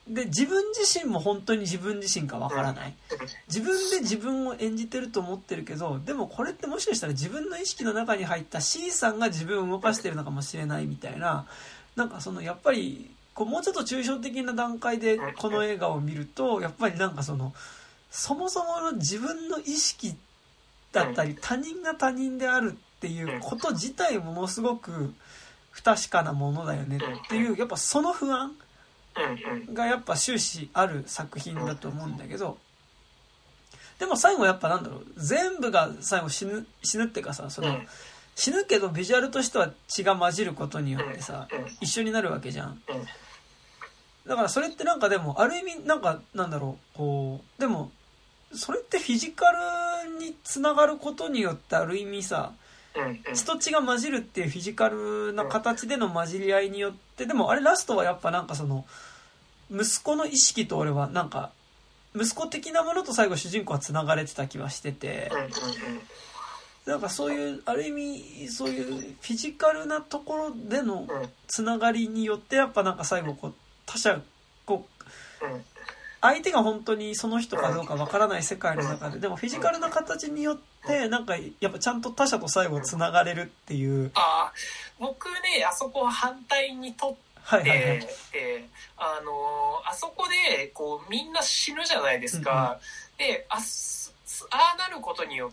で、自分自身も本当に自分自身かわからない。自分で自分を演じてると思ってるけど、でもこれってもしかしたら自分の意識の中に入った C さんが自分を動かしてるのかもしれないみたいな、なんかそのやっぱり、こうもうちょっと抽象的な段階でこの映画を見ると、やっぱりなんかその、そもそもの自分の意識だったり、他人が他人であるっていうこと自体ものすごく不確かなものだよねっていう、やっぱその不安がやっぱ終始ある作品だと思うんだけど、でも最後やっぱなんだろう、全部が最後死ぬ、死ぬっていうかさ、その、死ぬけどビジュアルとしては血が混じることによってさ、一緒になるわけじゃん。だからそれってなんかでも、ある意味なんかなんだろう、こう、でも、それってフィジカルにつながることによってある意味さ、血と血が混じるっていうフィジカルな形での混じり合いによって、でもあれラストはやっぱなんかその、息子の意識と俺はなんか、息子的なものと最後主人公は繋がれてた気はしてて、なんかそういう、ある意味、そういうフィジカルなところでのつながりによって、やっぱなんか最後こう、他者、こう、相手が本当にその人かどうかわからない世界の中で、でもフィジカルな形によって、なんかやっぱちゃんと他者と最後つながれるっていう。 ああ、僕ね、あそこは反対にとって、はいはいはい、えー、あのー、あそこでこうみんな死ぬじゃないですか。うんうん、で、あ、ああなることによって、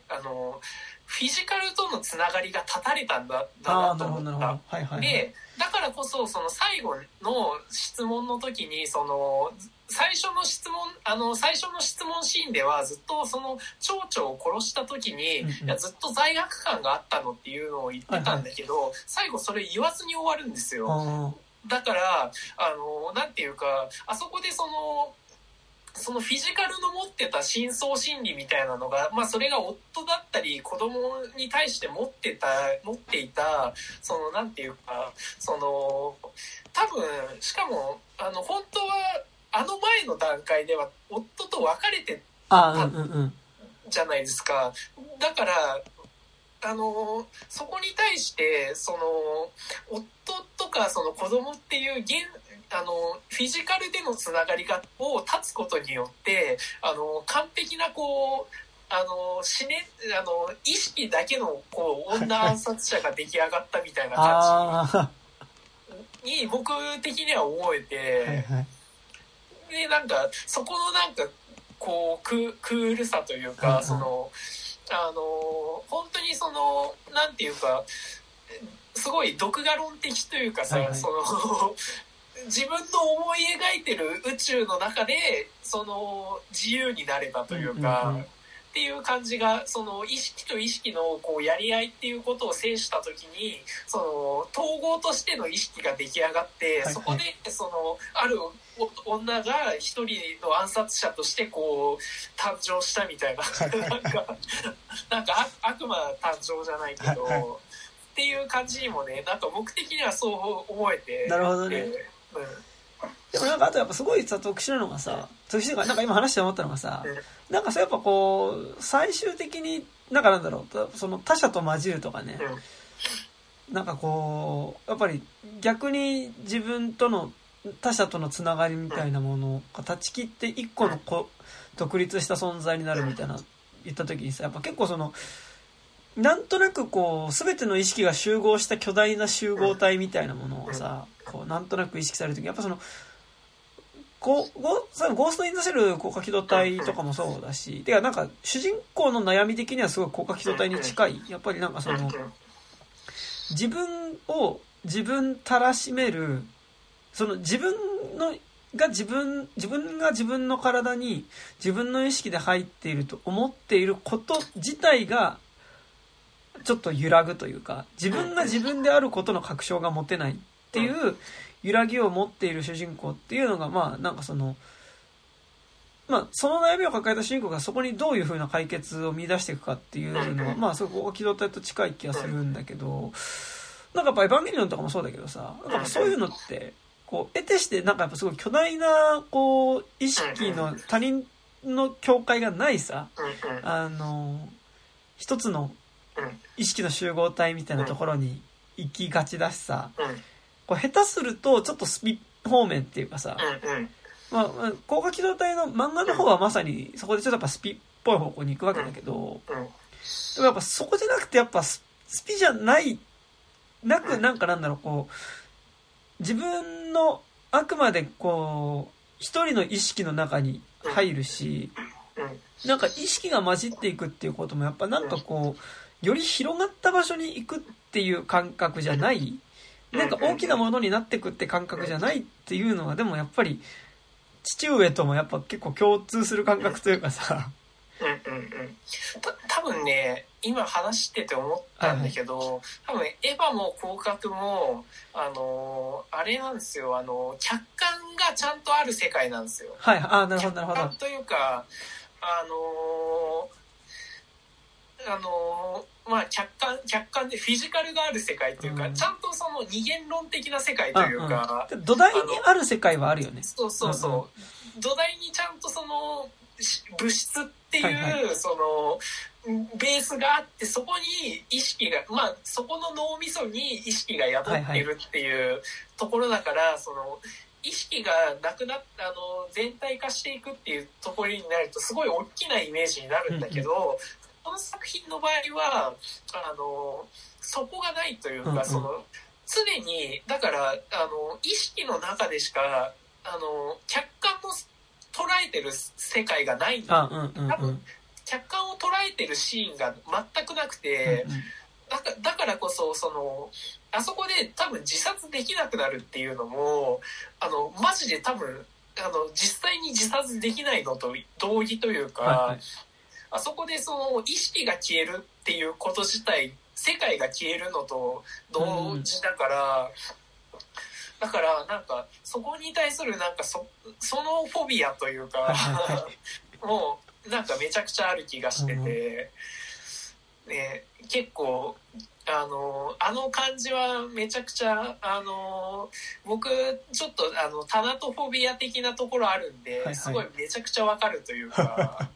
あのー、フィジカルとのつながりが断たれたんだ、だなと思った。はいはいはい、で、だからこそ、その最後の質問の時に、その、最初の質問、あの、最初の質問シーンではずっとその蝶々を殺した時に、うんうん、いやずっと罪悪感があったのっていうのを言ってたんだけど、はいはい、最後それ言わずに終わるんですよ。だから、あの、なんていうか、あそこでその、そのフィジカルの持ってた深層心理みたいなのが、まあそれが夫だったり子供に対して持ってた、持っていた、そのなんていうか、その、多分、しかも、あの、本当は、あの前の段階では夫と別れてたじゃないですか。だから、あの、そこに対して、その、夫とかその子供っていう現、あの、フィジカルでのつながりが、を断つことによって、あの、完璧なこう、あの、死ね、あの、意識だけの、こう、女暗殺者が出来上がったみたいな感じに、僕的には思えて、はいはい、で、なんか、そこのなんか、こう、ク、クールさというか、はいはい、その、あの、本当にその、なんていうか、すごい独画論的というかさ、はいはい、その、自分の思い描いてる宇宙の中で、その、自由になれたというか、うんうんうん、っていう感じが、その、意識と意識の、こう、やり合いっていうことを制したときに、その、統合としての意識が出来上がって、はいはい、そこで、その、ある女が一人の暗殺者として、こう、誕生したみたいな、なんか、なんか悪魔誕生じゃないけど、はいはい、っていう感じにもね、なんか僕的にはそう思えて。 なるほどね。うん、でもなんかあとやっぱすごいさ特殊なのがさ、特殊なのがなんか今話して思ったのがさ、なんかさやっぱこう最終的になんかなんだろう、その他者と混じるとかね、なんかこうやっぱり逆に自分との他者とのつながりみたいなものが断ち切って一個のこ独立した存在になるみたいな言った時にさ、やっぱ結構そのなんとなくこう全ての意識が集合した巨大な集合体みたいなものをさ、こうなんとなく意識されるとき、やっぱそのゴゴゴーストインザシェル高架機動隊とかもそうだし、てかなんか主人公の悩み的にはすごい高架機動隊に近い。やっぱりなんかその自分を自分たらしめる、その自分のが自分自分が自分の体に自分の意識で入っていると思っていること自体がちょっと揺らぐというか、自分が自分であることの確証が持てないっていう揺らぎを持っている主人公っていうのが、まあなんかそのまあその悩みを抱えた主人公がそこにどういう風な解決を見出していくかっていうのは、まあそこが機動隊と近い気がするんだけど、なんかやっぱエヴァンゲリオンとかもそうだけどさ、なんかそういうのってこう得てしてなんかやっぱすごい巨大なこう意識の他人の境界がないさ、あの一つの意識の集合体みたいなところに行きがちだしさ、こう下手するとちょっとスピ方面っていうかさ、 うんうん、 まあ、高架機動隊の漫画の方はまさにそこでちょっとやっぱスピっぽい方向に行くわけだけど、 うんうん、 でもやっぱそこじゃなくてやっぱスピじゃないなく、なんかなんだろう、こう自分のあくまでこう一人の意識の中に入るし、なんか意識が混じっていくっていうこともやっぱなんかこうより広がった場所に行くっていう感覚じゃない、なんか大きなものになっていくって感覚じゃないっていうのは、でもやっぱり父上ともやっぱ結構共通する感覚というかさ、 うんうんうん、た多分ね今話してて思ったんだけど、はいはい、多分エヴァも広角もあのー、あれなんですよ、あの客観がちゃんとある世界なんですよ。 はい、あ、なるほどなるほど。 客観というかあのー、あのー、まあ客観客観でフィジカルがある世界というか、うん、ちゃんとその二元論的な世界というか、 うんうん、土台にある世界はあるよね。 そうそうそう、うんうん、土台にちゃんとその物質っていう、はいはい、そのベースがあって、そこに意識が、まあそこの脳みそに意識が宿ってるっていうところだから、はいはい、その意識がなくなっあの全体化していくっていうところになるとすごい大きなイメージになるんだけど、うんうん、この作品の場合はあのそこがないというか、うんうん、その常にだからあの意識の中でしかあの客観の捉えてる世界がないんだ、うんうんうん、多分客観を捉えてるシーンが全くなくて、うんうん、だ, かだからこそそのあそこで多分自殺できなくなるっていうのもあのマジで多分あの実際に自殺できないのと同義というか、はいはい、あそこでその意識が消えるっていうこと自体世界が消えるのと同時だから、うんだからなんかそこに対するなんか そ, そのフォビアというかもうなんかめちゃくちゃある気がしてて、ね、結構あのあの感じはめちゃくちゃあの僕ちょっとあのタナトフォビア的なところあるんで、はいはい、すごいめちゃくちゃわかるというか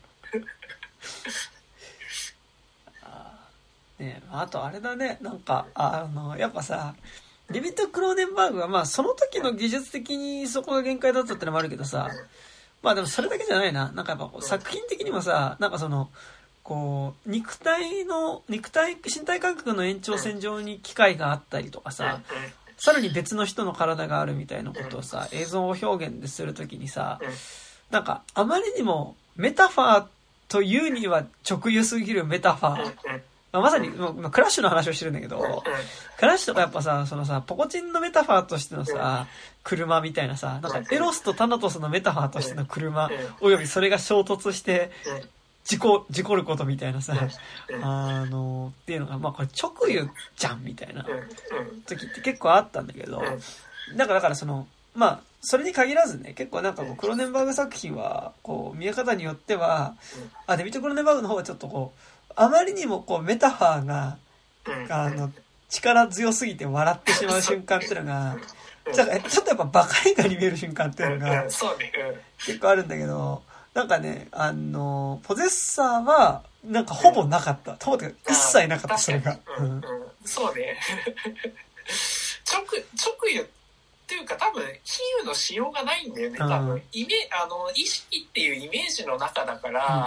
あ, ね、あとあれだね、なんかあのやっぱさデビッド・クローネンバーグはまあその時の技術的にそこが限界だったってのもあるけどさ、まあでもそれだけじゃないな、なんかやっぱ作品的にもさ、なんかそのこう肉体の肉体身体感覚の延長線上に機械があったりとかさ、さらに別の人の体があるみたいなことをさ映像表現でするときにさ、なんかあまりにもメタファーというには直輸すぎるメタファー、まあ、まさに、まあ、クラッシュの話をしてるんだけど、クラッシュとかやっぱさ、そのさ、ポコチンのメタファーとしてのさ、車みたいなさ、なんかエロスとタナトスのメタファーとしての車、およびそれが衝突して、事故、事故ることみたいなさ、あの、っていうのが、まあこれ直輸じゃんみたいな時って結構あったんだけど、なんかだからその、まあ、それに限らずね、結構なんかこう、クロネンバーグ作品は、こう、見え方によっては、あ、デビッド・クロネンバーグの方はちょっとこう、あまりにもこうメタファーが、あの、力強すぎて笑ってしまう瞬間っていうのが、ちょっとやっぱバカ映画に見える瞬間っていうのが、結構あるんだけど、なんかね、あの、ポゼッサーは、なんかほぼなかった。ほぼ一切なかった、それが。 うんうん、そうね。直、直輸っていうか多分、比喩のしようがないんだよね、多分。イメあの、意識っていうイメージの中だから、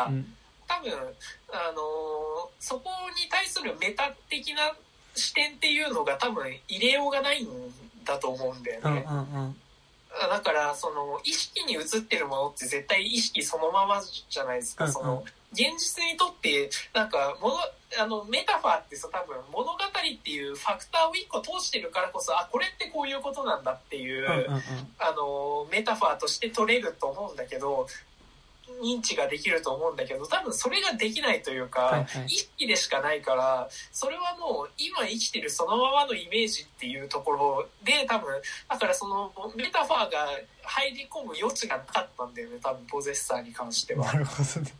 うんうん、多分あのー、そこに対するメタ的な視点っていうのが多分入れようがないんだと思うんだよね、うんうんうん、だからその意識に映ってるものって絶対意識そのままじゃないですか、うんうん、その現実にとってなんかものあのメタファーってさ多分物語っていうファクターを一個通してるからこそあこれってこういうことなんだっていう、うんうんうん、あのメタファーとして取れると思うんだけど認知ができると思うんだけど多分それができないというか、はいはい、意識でしかないからそれはもう今生きてるそのままのイメージっていうところで多分だからそのメタファーが入り込む余地がなかったんだよね多分ポゼッサーに関しては。 なるほどね。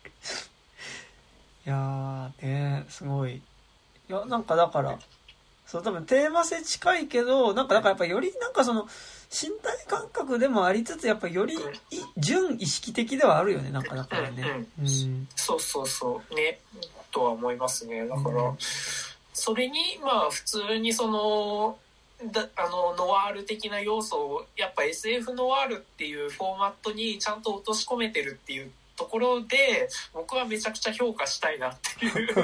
いやーねすごいいやなんかだからそう多分テーマ性近いけどなんかだからやっぱよりなんかその身体感覚でもありつつやっぱより純意識的ではあるよねなんかだからね、 うんうん、そうそうそうねとは思いますねだから、うん、それにまあ普通にそのだあのノワール的な要素をやっぱ エスエフ ノワールっていうフォーマットにちゃんと落とし込めてるっていうところで僕はめちゃくちゃ評価したいなっていう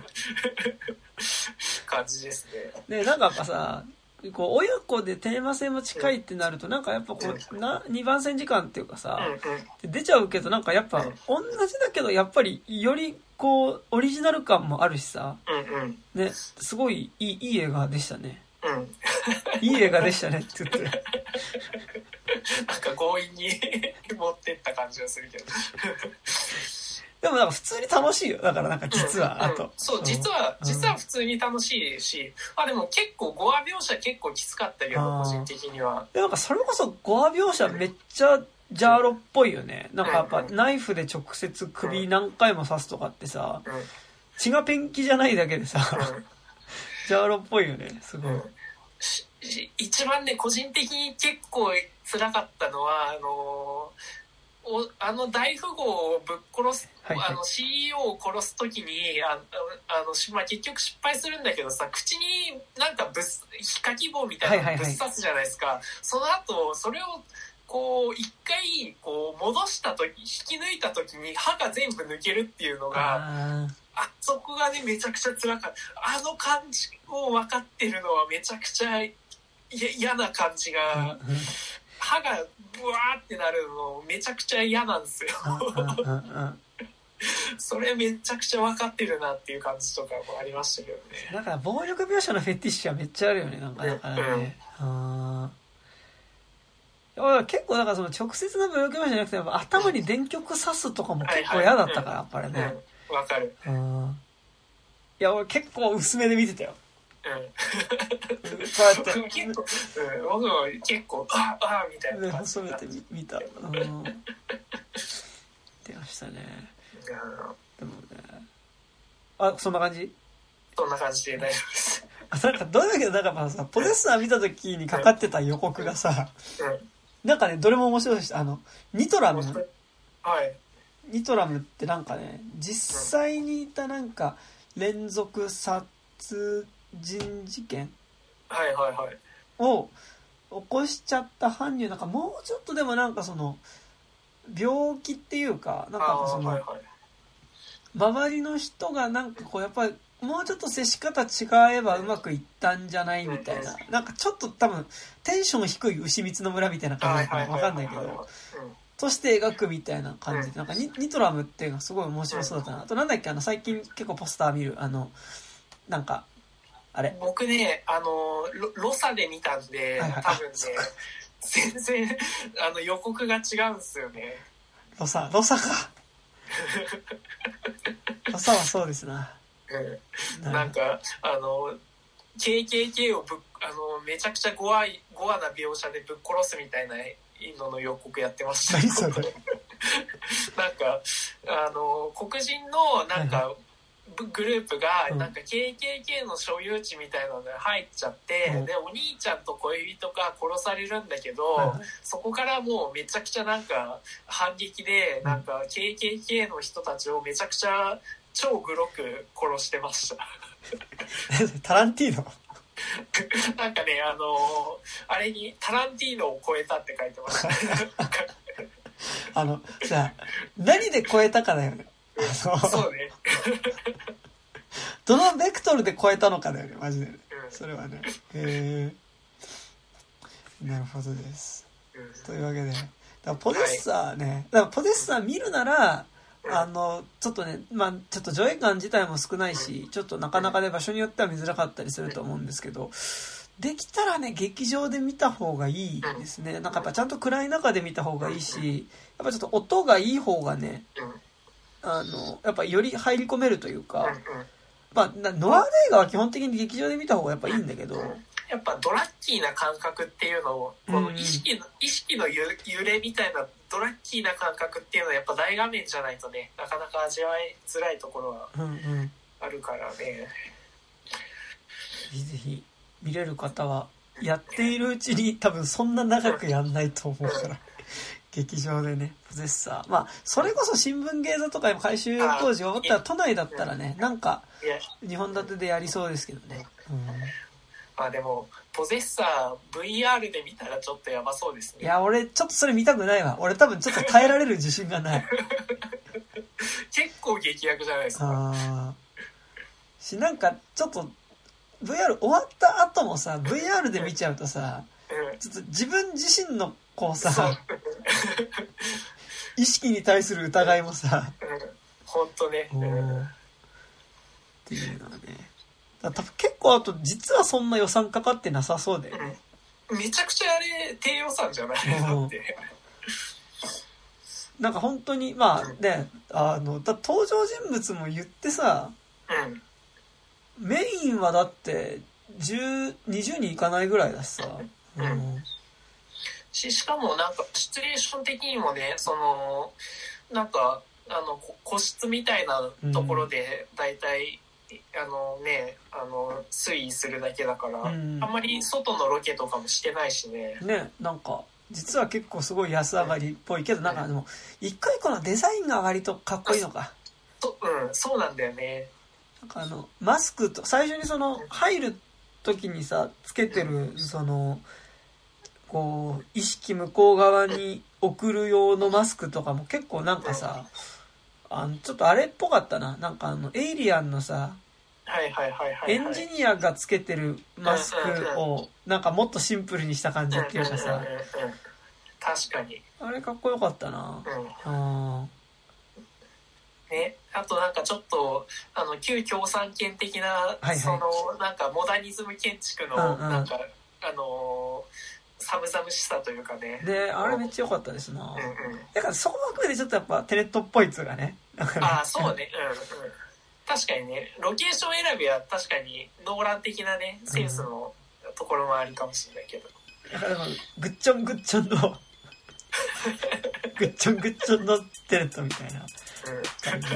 感じですね。 ね、なんかやっぱさ、こう親子でテーマ性も近いってなると、なんかやっぱこうなにばん線時間っていうかさ、出ちゃうけど、なんかやっぱ同じだけどやっぱりよりこうオリジナル感もあるしさ、ね、すごいいい、いい映画でしたね。 うん、 いい映画でしたねって言ってなんか強引に持ってった感じがするけどでもなんか普通に楽しいよ。だからなんか実は、うん、あと、 うん、そう実は、うん、実は普通に楽しいし、あでも結構語話描写結構きつかったけど個人的には。 でなんかそれこそ語話描写めっちゃジャーロっぽいよね。なんかやっぱナイフで直接首何回も刺すとかってさ、うん、血がペンキじゃないだけでさ、うんジャーロっぽいよね、すごい、うん、 一番ね個人的に結構辛かったのはあのおあの大富豪をぶっ殺す、はいはい、あの シーイーオー を殺す時にああの、まあ、結局失敗するんだけどさ口になんかぶっひかき棒みたいなのぶっ刺すじゃないですか、はいはいはい、その後それをこう一回こう戻した時引き抜いた時に歯が全部抜けるっていうのがあそこがねめちゃくちゃ辛かった。あの感じを分かってるのはめちゃくちゃ嫌な感じが歯がブワーってなるのめちゃくちゃ嫌なんですよそれめちゃくちゃ分かってるなっていう感じとかもありましたけどね。 だから暴力描写のフェティッシュはめっちゃあるよね。なんかだからね、うん、あ結構だからその直接の暴力描写じゃなくてやっぱ頭に電極刺すとかも結構嫌だったからやっぱりね、 わかる。 うん。いや、俺結構薄めで見てたよ。 うん。そうやって。結構、うん、僕は結構、ああみたいな感じ。 ね、細めて見た。うん。出ましたね。でもね。あ、そんな感じ？ そんな感じで大丈夫です。 なんか、どうだけど、なんかさ、ポゼッサー見た時にかかってた予告がさ、うん、なんかね、どれも面白いでした。あの、ニトラム。 はい。 ニトラムってなんかね実際にいたなんか連続殺人事件を起こしちゃった犯人なんかもうちょっとでもなんかその病気っていうかなんかその周りの人がなんかこうやっぱりもうちょっと接し方違えばうまくいったんじゃないみたいななんかちょっと多分テンション低い牛蜜の村みたいな感じかわかんないけどとして描くみたいな感じで、なんか ニ, ニトラムっていうのがすごい面白そうだったな。あとなんだっけ、あの最近結構ポスター見る、あの、なんか、あれ。 僕ね、あの、ロ, ロサで見たんで、はいはい、多分ね、全然、あの予告が違うんですよね。 ロサ、ロサか。ロサはそうですな。 うん、なんか、あの、ケーケーケー をぶっ、あの、めちゃくちゃゴア、ゴアな描写でぶっ殺すみたいな、インドの予告やってました。 何それなんかあの黒人のなんか、はい、グループがなんか ケーケーケー の所有地みたいなので入っちゃって、うん、でお兄ちゃんと恋人が殺されるんだけど、はい、そこからもうめちゃくちゃなんか反撃でなんか ケーケーケー の人たちをめちゃくちゃ超グロく殺してましたタランティーノなんかね、あのー、あれにタランティーノを超えたって書いてましたあのさ何で超えたかだよね。 そうねどのベクトルで超えたのかだよねマジで、うん、それはね。へえなるほどです、うん、というわけでだからポゼッサーね、はい、だからポゼッサー見るならあのちょっとねまあちょっと上映感自体も少ないしちょっとなかなかね場所によっては見づらかったりすると思うんですけどできたらね劇場で見た方がいいですね。なんかやっぱちゃんと暗い中で見た方がいいしやっぱちょっと音がいい方がねあのやっぱより入り込めるというかまあノワール映画は基本的に劇場で見た方がやっぱいいんだけどやっぱドラッキーな感覚っていうのをこの意識の、うん、意識の揺れみたいなドラッキーな感覚っていうのはやっぱ大画面じゃないとねなかなか味わいづらいところはあるからね、うんうん、ぜひぜひ見れる方はやっているうちに多分そんな長くやんないと思うから劇場でねポゼッサーまあそれこそ新聞芸座とか改修工事終わったら都内だったらねなんかにほん立てでやりそうですけどね、うんまあでもポゼッサー ブイアール で見たらちょっとやばそうですね。 いや俺ちょっとそれ見たくないわ。俺多分ちょっと耐えられる自信がない結構激薬じゃないですか。 あしなんかちょっと ブイアール 終わった後もさ ブイアール で見ちゃうとさ、うん、ちょっと自分自身のこうさ意識に対する疑いもさ、 うん、ほんとね、うん、 っていうのはね、だ多分結構あと実はそんな予算かかってなさそうで、 うん、めちゃくちゃあれ低予算じゃないのって、 うん、なんか本当にまあね、あのだ登場人物も言ってさ、うん、メインはだってじゅう、にじゅうにんいかないぐらいだしさ、うんうん、 し, しかもなんかシチュエーション的にもね、そのなんかあの個室みたいなところでだいたい、うん、あのねあの推移するだけだから、うん、あんまり外のロケとかもしてないしね。 ね、なんか実は結構すごい安上がりっぽいけど、うん、なんかでも一個一個のデザインが割とかっこいいのか。 そ、うん、そうなんだよね。 なんかあのマスクと最初にその入る時にさつけてるそのこう意識向こう側に送る用のマスクとかも結構なんかさ、あのちょっとあれっぽかったな。なんかあのエイリアンのさ、 はいはいはいはい、 エンジニアがつけてるマスクをなんかもっとシンプルにした感じっていうかさ、 確かにあれかっこよかったな。うん、 あね、あとなんかちょっとあの旧共産圏的な、はいはい、そのなんかモダニズム建築のなんか、うんうん、あの寒々しさというかね。 で、あれめっちゃ良かったですな。うんうん、だからそこも含めてちょっとやっぱテレットっぽいっつうかね。 ああそうね、うんうん。確かにね、ロケーション選びは確かにノーラン的なねセンスのところもあるかもしれないけど。 だからでもグッチョングッチョンのグッチョングッチョンのテレットみたいな感じ。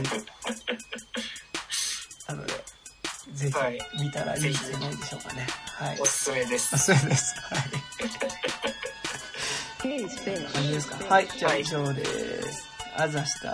なのでぜひ見たらいいんじゃないでしょうかね。はい。 おすすめです。 おすすめです。はい。感じですか。はい。じゃあ以上です。あざした。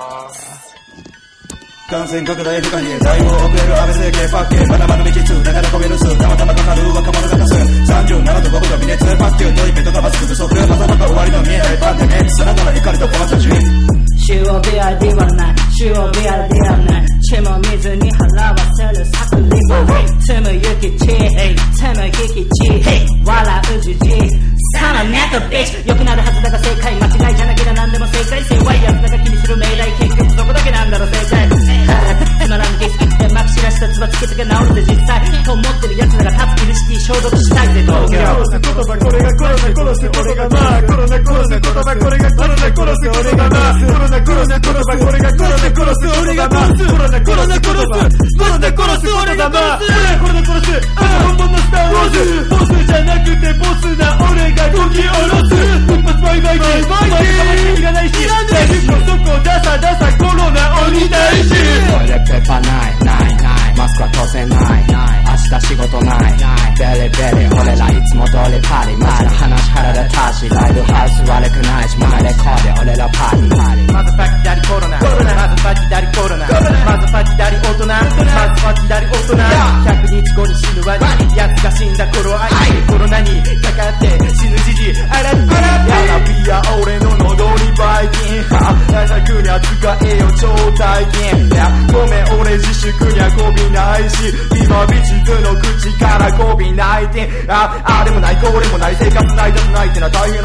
感染拡大不可避対応遅れる安倍政権ファッケまだまだ未知数だからこびる数たまたまかかる若者が多数さんじゅうななどごぶが微熱ファッキュートイペとかマスク不足またまた終わりの見えないパンデミックさながら怒りとファンタジー主をビアではない主をビアではない血も水に払わせるサクリは積む行き地積む行き地笑うじじさらネットビッチ良くなるはずだが正解間違いじゃなければ何でも正解性はやつだが気にする命題結局そこだけなんだろ正解つまらんディスクでまき散らしたつばつけてが治るで実際と思ってる奴らが立つキルシティ消毒したいぜ東京殺す言葉これがコロナ殺す俺がまあコロナ殺す言葉これがコロナ殺す俺がまあコロナ殺す言葉これがコロナ殺す俺がまあコロナ殺す言葉コロナ殺す俺がまあコロナ殺す本物のスターウォーズボスじゃなくてボスな俺がこき下ろす一発バイバイバイバイバイがないし大丈夫そこダサダサコロナ鬼大事トイレペーパーないないないマスクは当然ないない明日仕事ないないベリベリ俺らいつも通りパリまだ話腹でたしライブハウス悪くないしマイレコーで俺らパリまずパキダリコロナまずパキダリコロナまずパキダリ大人まずパキダリ大人ひゃくにちごに死ぬワニ奴が死んだ頃はコロナにかかって死ぬじじあらびやらびや俺の喉にバイキン楽に扱えよ超大金ごめん俺自粛にはゴビないし今ビチズの口からゴビナイティンああでもないこれもない生活ないだとないってな大変な